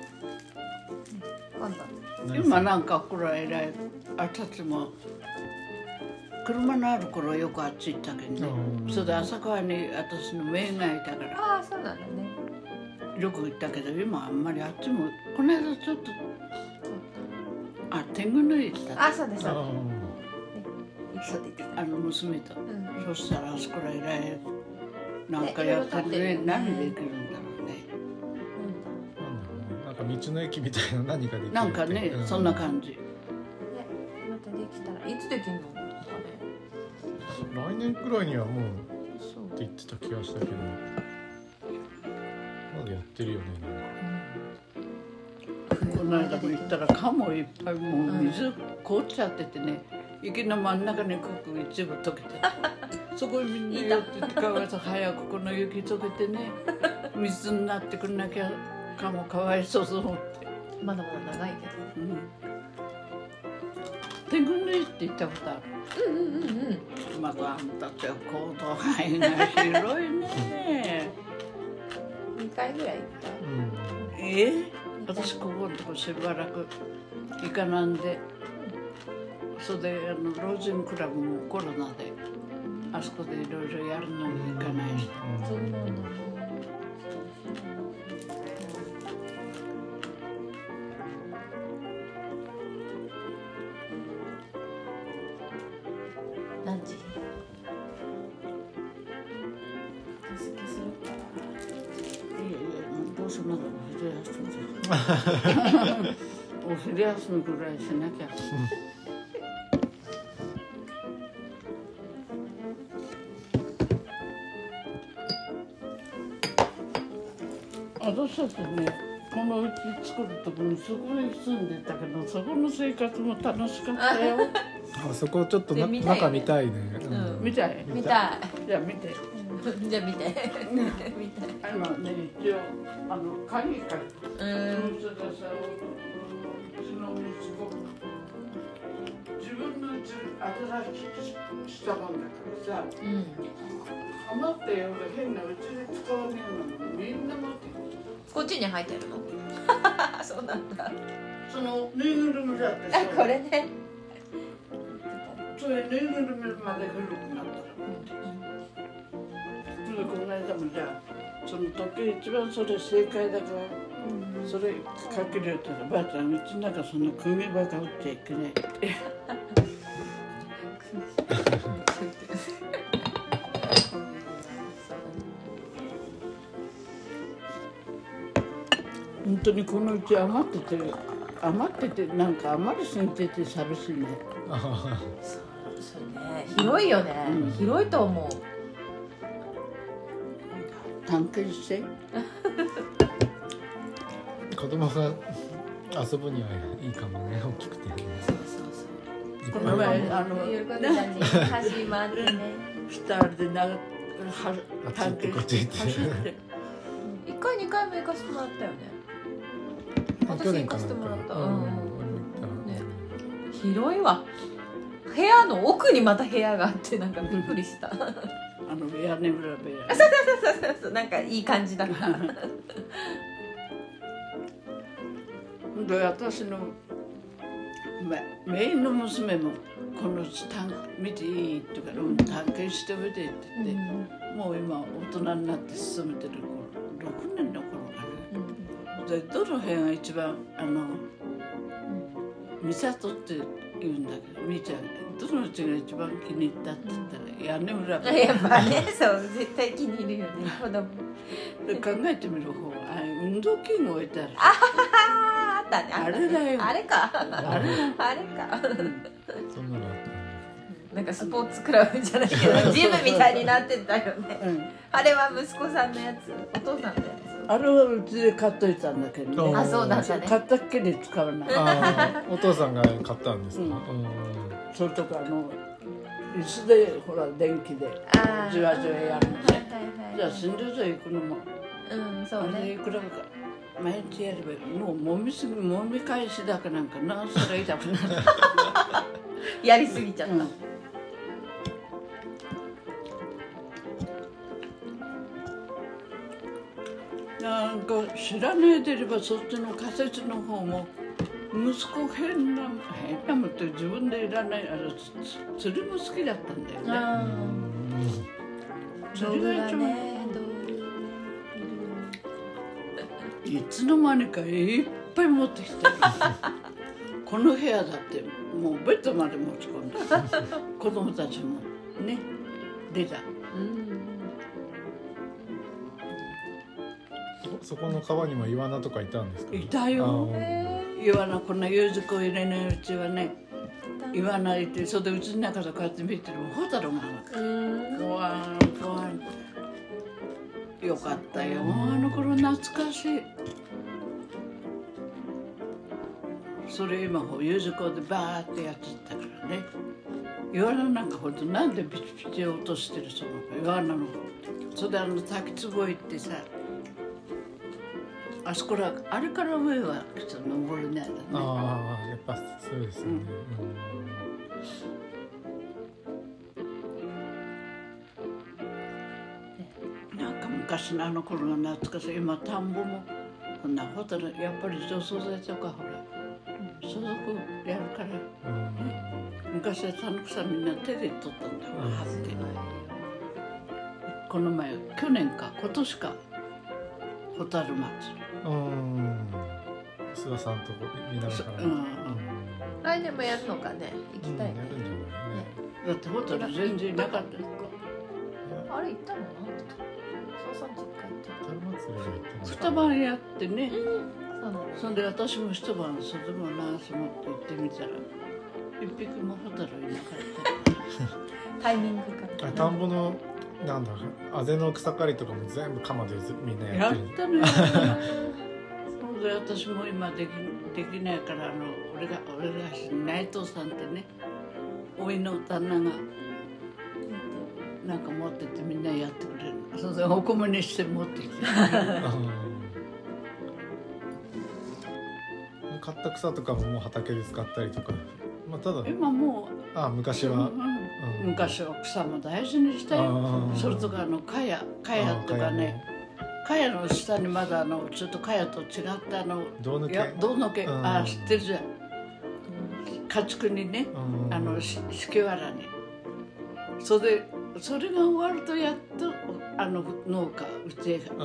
今度。 あ何今なんかこれ偉いあたちも車のある頃よくあっち行ったけどね、 うんそれで浅川に私の姪がいたからああ、そうなんだね。 よく行ったけど今あんまりあっちもこの間ちょっとあ天狗の家行ったあ、そうです。そうあです。行くって言ってあの娘と、 た。うん。 そしたらあそこら偉いなんかやってるね何できるんだろうねーなんだろうねなんか道の駅みたいな何ができるってなんかね、 うそんな感じね、またできたらいつできるの？あれ。 来年くらいにはもうそうって言ってた気がしたけどまだやってるよねなんかこの間も行ったらカモいっぱいもう水凍っちゃっててね池の真ん中にくく一部溶けてそこにみんな寄ってってかわいそう早くこの雪溶けてね水になってくんなきゃカモかわいそうと思って、 まだまだ長いけど。 うん、天狗の家って行ったことあるうんうんうんうん。 まだあんたちは行動範囲が広いね二回ぐらい行った。 うんえー、私ここのとこしばらく行かなんでそれであの老人クラブもコロナであそこでいろいろやるのに行かないしそうなんだね。何時？片付けするか。 いやいやもうどうせまだお昼休みでお昼休みぐらいしなきゃ私たちねこのうち作るとこにそこに住んでたけどそこの生活も楽しかったよあそこちょっとなで見たいよね中見たいねうん見たい見たじゃあ見てい。じゃあ見て。見たい。 あのね一応あの鍵かうそん。 の人がさうちの息子自分のうち新しくしたもんだからさうん。 余ったような変なうちで使わねえのにみんな持ってくるこっちに入ってるの？そうなんだ。 そのぬいぐるみだってさあ、これね。 それぬいぐるみまで古くなったらそれでこの間もじゃあその時計一番それ正解だからそれかけるよって言ったらばあちゃんうちの中そんな釘ばか打っちゃいけないって本当にこのうち余ってて余っててなんか余りすぎてて寂しいねあそうね。広いよね。 うん広いと思う。 探検して子供が遊ぶにはいいかもね大きくてねそうそうそう。 いっこのぱい前あの喜んでたね。始まってね。 二人でなはあっち行探ってこっ検ち行ってして走って一回二回も行かせてもらったよね。私去年かな行かせてもらったうんうん俺も行ったね広いわ。部屋の奥にまた部屋があってなんかびっくりした。 あの屋根裏部屋そうそうなんかいい感じだった。 で私のまメインの娘もこの探見ていいとか、うん、探検してみてって言って、うん、もう今大人になって勤めてる頃ろくねんの頃かな、うん、でどの辺が一番あの、うん、美里って言うんだけど、みーちゃんどのうちが一番気に入ったって言ったら、うん、屋根裏がやっぱね、そう絶対気に入るよね子供で考えてみる方、あ運動器具置いてある。 ああったね、 あれだよ、 あれかあれあれか、うん、 そんなのあったんだ。 なんかスポーツクラブじゃないけどジムみたいになってたよね、うん、あれは息子さんのやつ、お父さんのやつ。 あれはうちで買っといたんだけどね。 あ、そうだったね。 買ったっきり使わない。 あお父さんが買ったんですか。うん、 それとかあの椅子でほら電気でじわじわやるのね。じゃあ診療所行くのも、 うん、そうね。 いくらか毎日やればもうもみすぎもみ返しだかなんかな、それ痛くなる。 やりすぎちゃった。うん、 なんか知らないでればそっちの仮説の方も息子変な変なもって自分でいらないあの釣りも好きだったんだよね。釣りが一番いつの間にかいっぱい持ってきてこの部屋だってもうベッドまで持ち込んだ子供たちもね出た。 そこの川にもイワナとかいたんですか。 いたよ。イワナこんな柚子粉入れないうちはね、イワナいて、それでうちの中でこうやって見てるホタルがふわんふわん。よかったよ、あの頃懐かしい。それ今柚子粉でバーってやってたからね。イワナなんかほんとなんでピチピチ落としてるそのイワナの。それであの滝つぼ行ってさ、あそこらあれから上はちょっと登れないだね。 ああ、やっぱそうですよね。 うん、なんか昔のあの頃が懐かしい。今田んぼもこんなホタルやっぱり除草剤とかほら所属やるから、うん、昔は田の草みんな手で取ったんだから張って、この前去年か今年かホタル祭り。うん、 須田さんと見ながら、 うんうん、来年もやるのかね、行きたいね。うん、 ねだってホタル全然なかった。 あれ行ったの？そうさん実家行った。 二晩やってね。 うん、 そんで私も一晩それもなと思って行ってみたら一匹もホタルいなかった。 タイミングかな。 田んぼのなんだあぜの草刈りとかも全部鎌でみんなやってる。 やったね。それで私も今できできないから、あの俺が俺が内藤さんってね、おいの旦那がなんか持ってってみんなやってくれる。それでお米にして持ってきて。 買った草とかももう畑で使ったりとか、まあ、ただ今もうあ昔は、 うん、昔は草も大事にしたよ。それとかあのかやかやとかね、かやの下にまだあのちょっとかやと違ったあの胴抜け胴抜け、あ知ってるじゃん。家畜にね、あのし敷きわらに。それでそれが終わるとやっとあの農家うちへ、はい、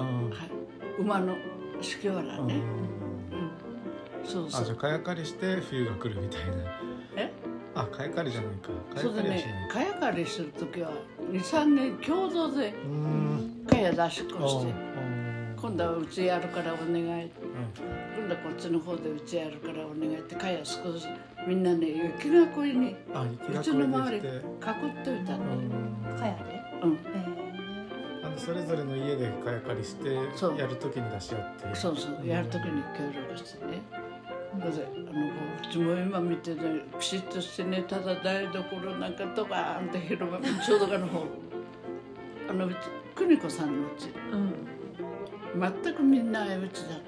馬の敷きわらね。そうそう。 あ、じゃあ茅刈りして冬が来るみたいな。 え？ あ、茅刈りじゃないか。 そうでね、茅刈りするときはに、さんねん共同で茅出しっこして、今度はうちやるからお願い、うん、今度はこっちの方でうちやるからお願いって茅少しみんなね雪囲いにうちの周り囲っといたの。 茅で？ うん。 あのそれぞれの家で茅刈りしてやるときに出し合って。 そうそう、やるときに協力してね。あのうちも今見てね、ピシッとしてね、ただ台所なんかドバーンって広場ちょうどかの方あのうち邦子さんのうち、うん、全くみんなあいうちだった、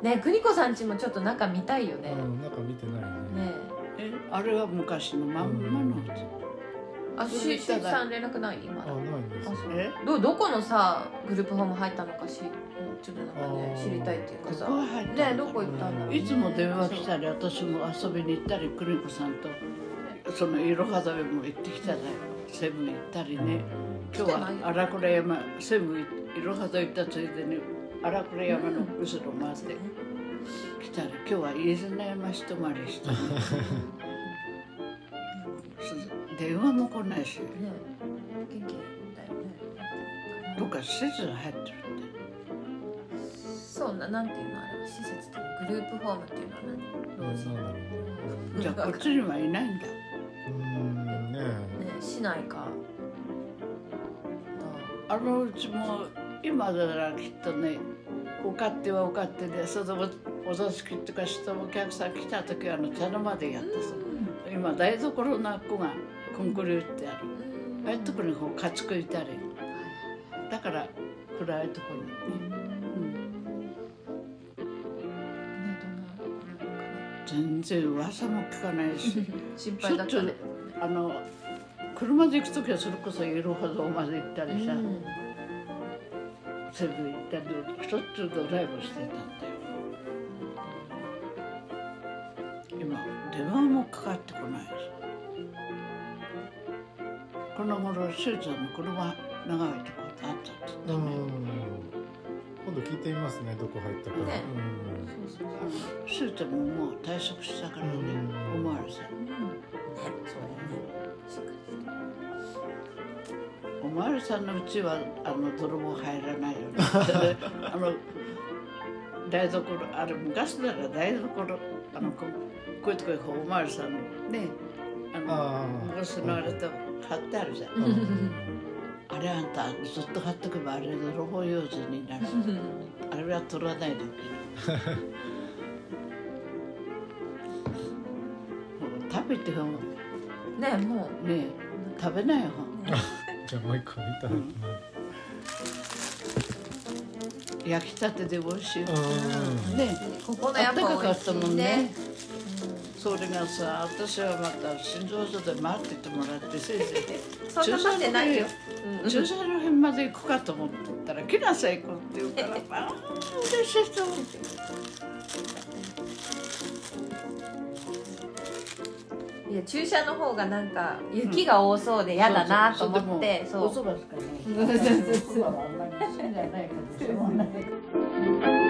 うん、ね、邦子さん家もちょっと中見たいよね。 うん、中見てないね。 ねえあれは昔のまんまのうち、 あ、ししゅうさん連絡ない今あないんですね。 えどどこのさグループホーム入ったのかしちょっとなんかねあー知りたいっていうかさどこ入ったのねどこ行ったんだろうねいつも電話来たり私も遊びに行ったり邦子さんとそのいろは坂も行ってきたりセブン行ったりね今日は荒倉山セブンいろは坂行ったついでに荒倉山の後ろ回って来たり今日は飯綱山一回りしてね電話も来ないしね元気だよねどっか施設が入ってるってそうななんていうのあれは施設っていうのグループホームっていうのは何老人なんだろうね。 じゃあこっちにはいないんだうんねね市内かあのうちも今だからきっとね受かっては受かってでそれでおお座敷とかしてお客さん来た時はあの茶の間でやったさ今台所の子がコンクリ打ってあるああいうとこにこう家畜いたりだから暗いところにね、うん、全然噂も聞かないし心しょっちゅう配だったねあの車で行く時はそれこそいろは坂まで行ったりさ、 うんセブン行ったりしょっちゅうドライブしてたんだよ今電話もかかってこないですこの頃しゅうちゃんの車長いとこあったって言ったね、 今度聞いてみますねどこ入ったか。 ねうんそうそうあのしゅうちゃんももう退職したからねうんおまわりさんねそうだよねしっかりしておまわりさんのうちはあの泥棒入らないよねあの台所あれ昔だから台所あのここういうとこにおまわりさんのねあのあー昔のあれと貼ってあるじゃんうんあれあんたずっと貼っとけばあれ泥棒用心になるあれは取らないでおけ食べてよねもうねえ食べないよじゃあもう一個見たらいい焼きたてで美味しいよな。うんねここのやっぱあったかか美味しったもんねいねそれがさ私はまた心臓所で待っててもらってせいぜそんな待ってないよい駐車場辺まで行くかと思ってたら来なさい行こうって言うからああ嬉しいと思っていや駐車の方がなんか雪が多そうで嫌だなと思ってそうそうそうおそばしかないおそばはあんまり好きじゃないからしょうがない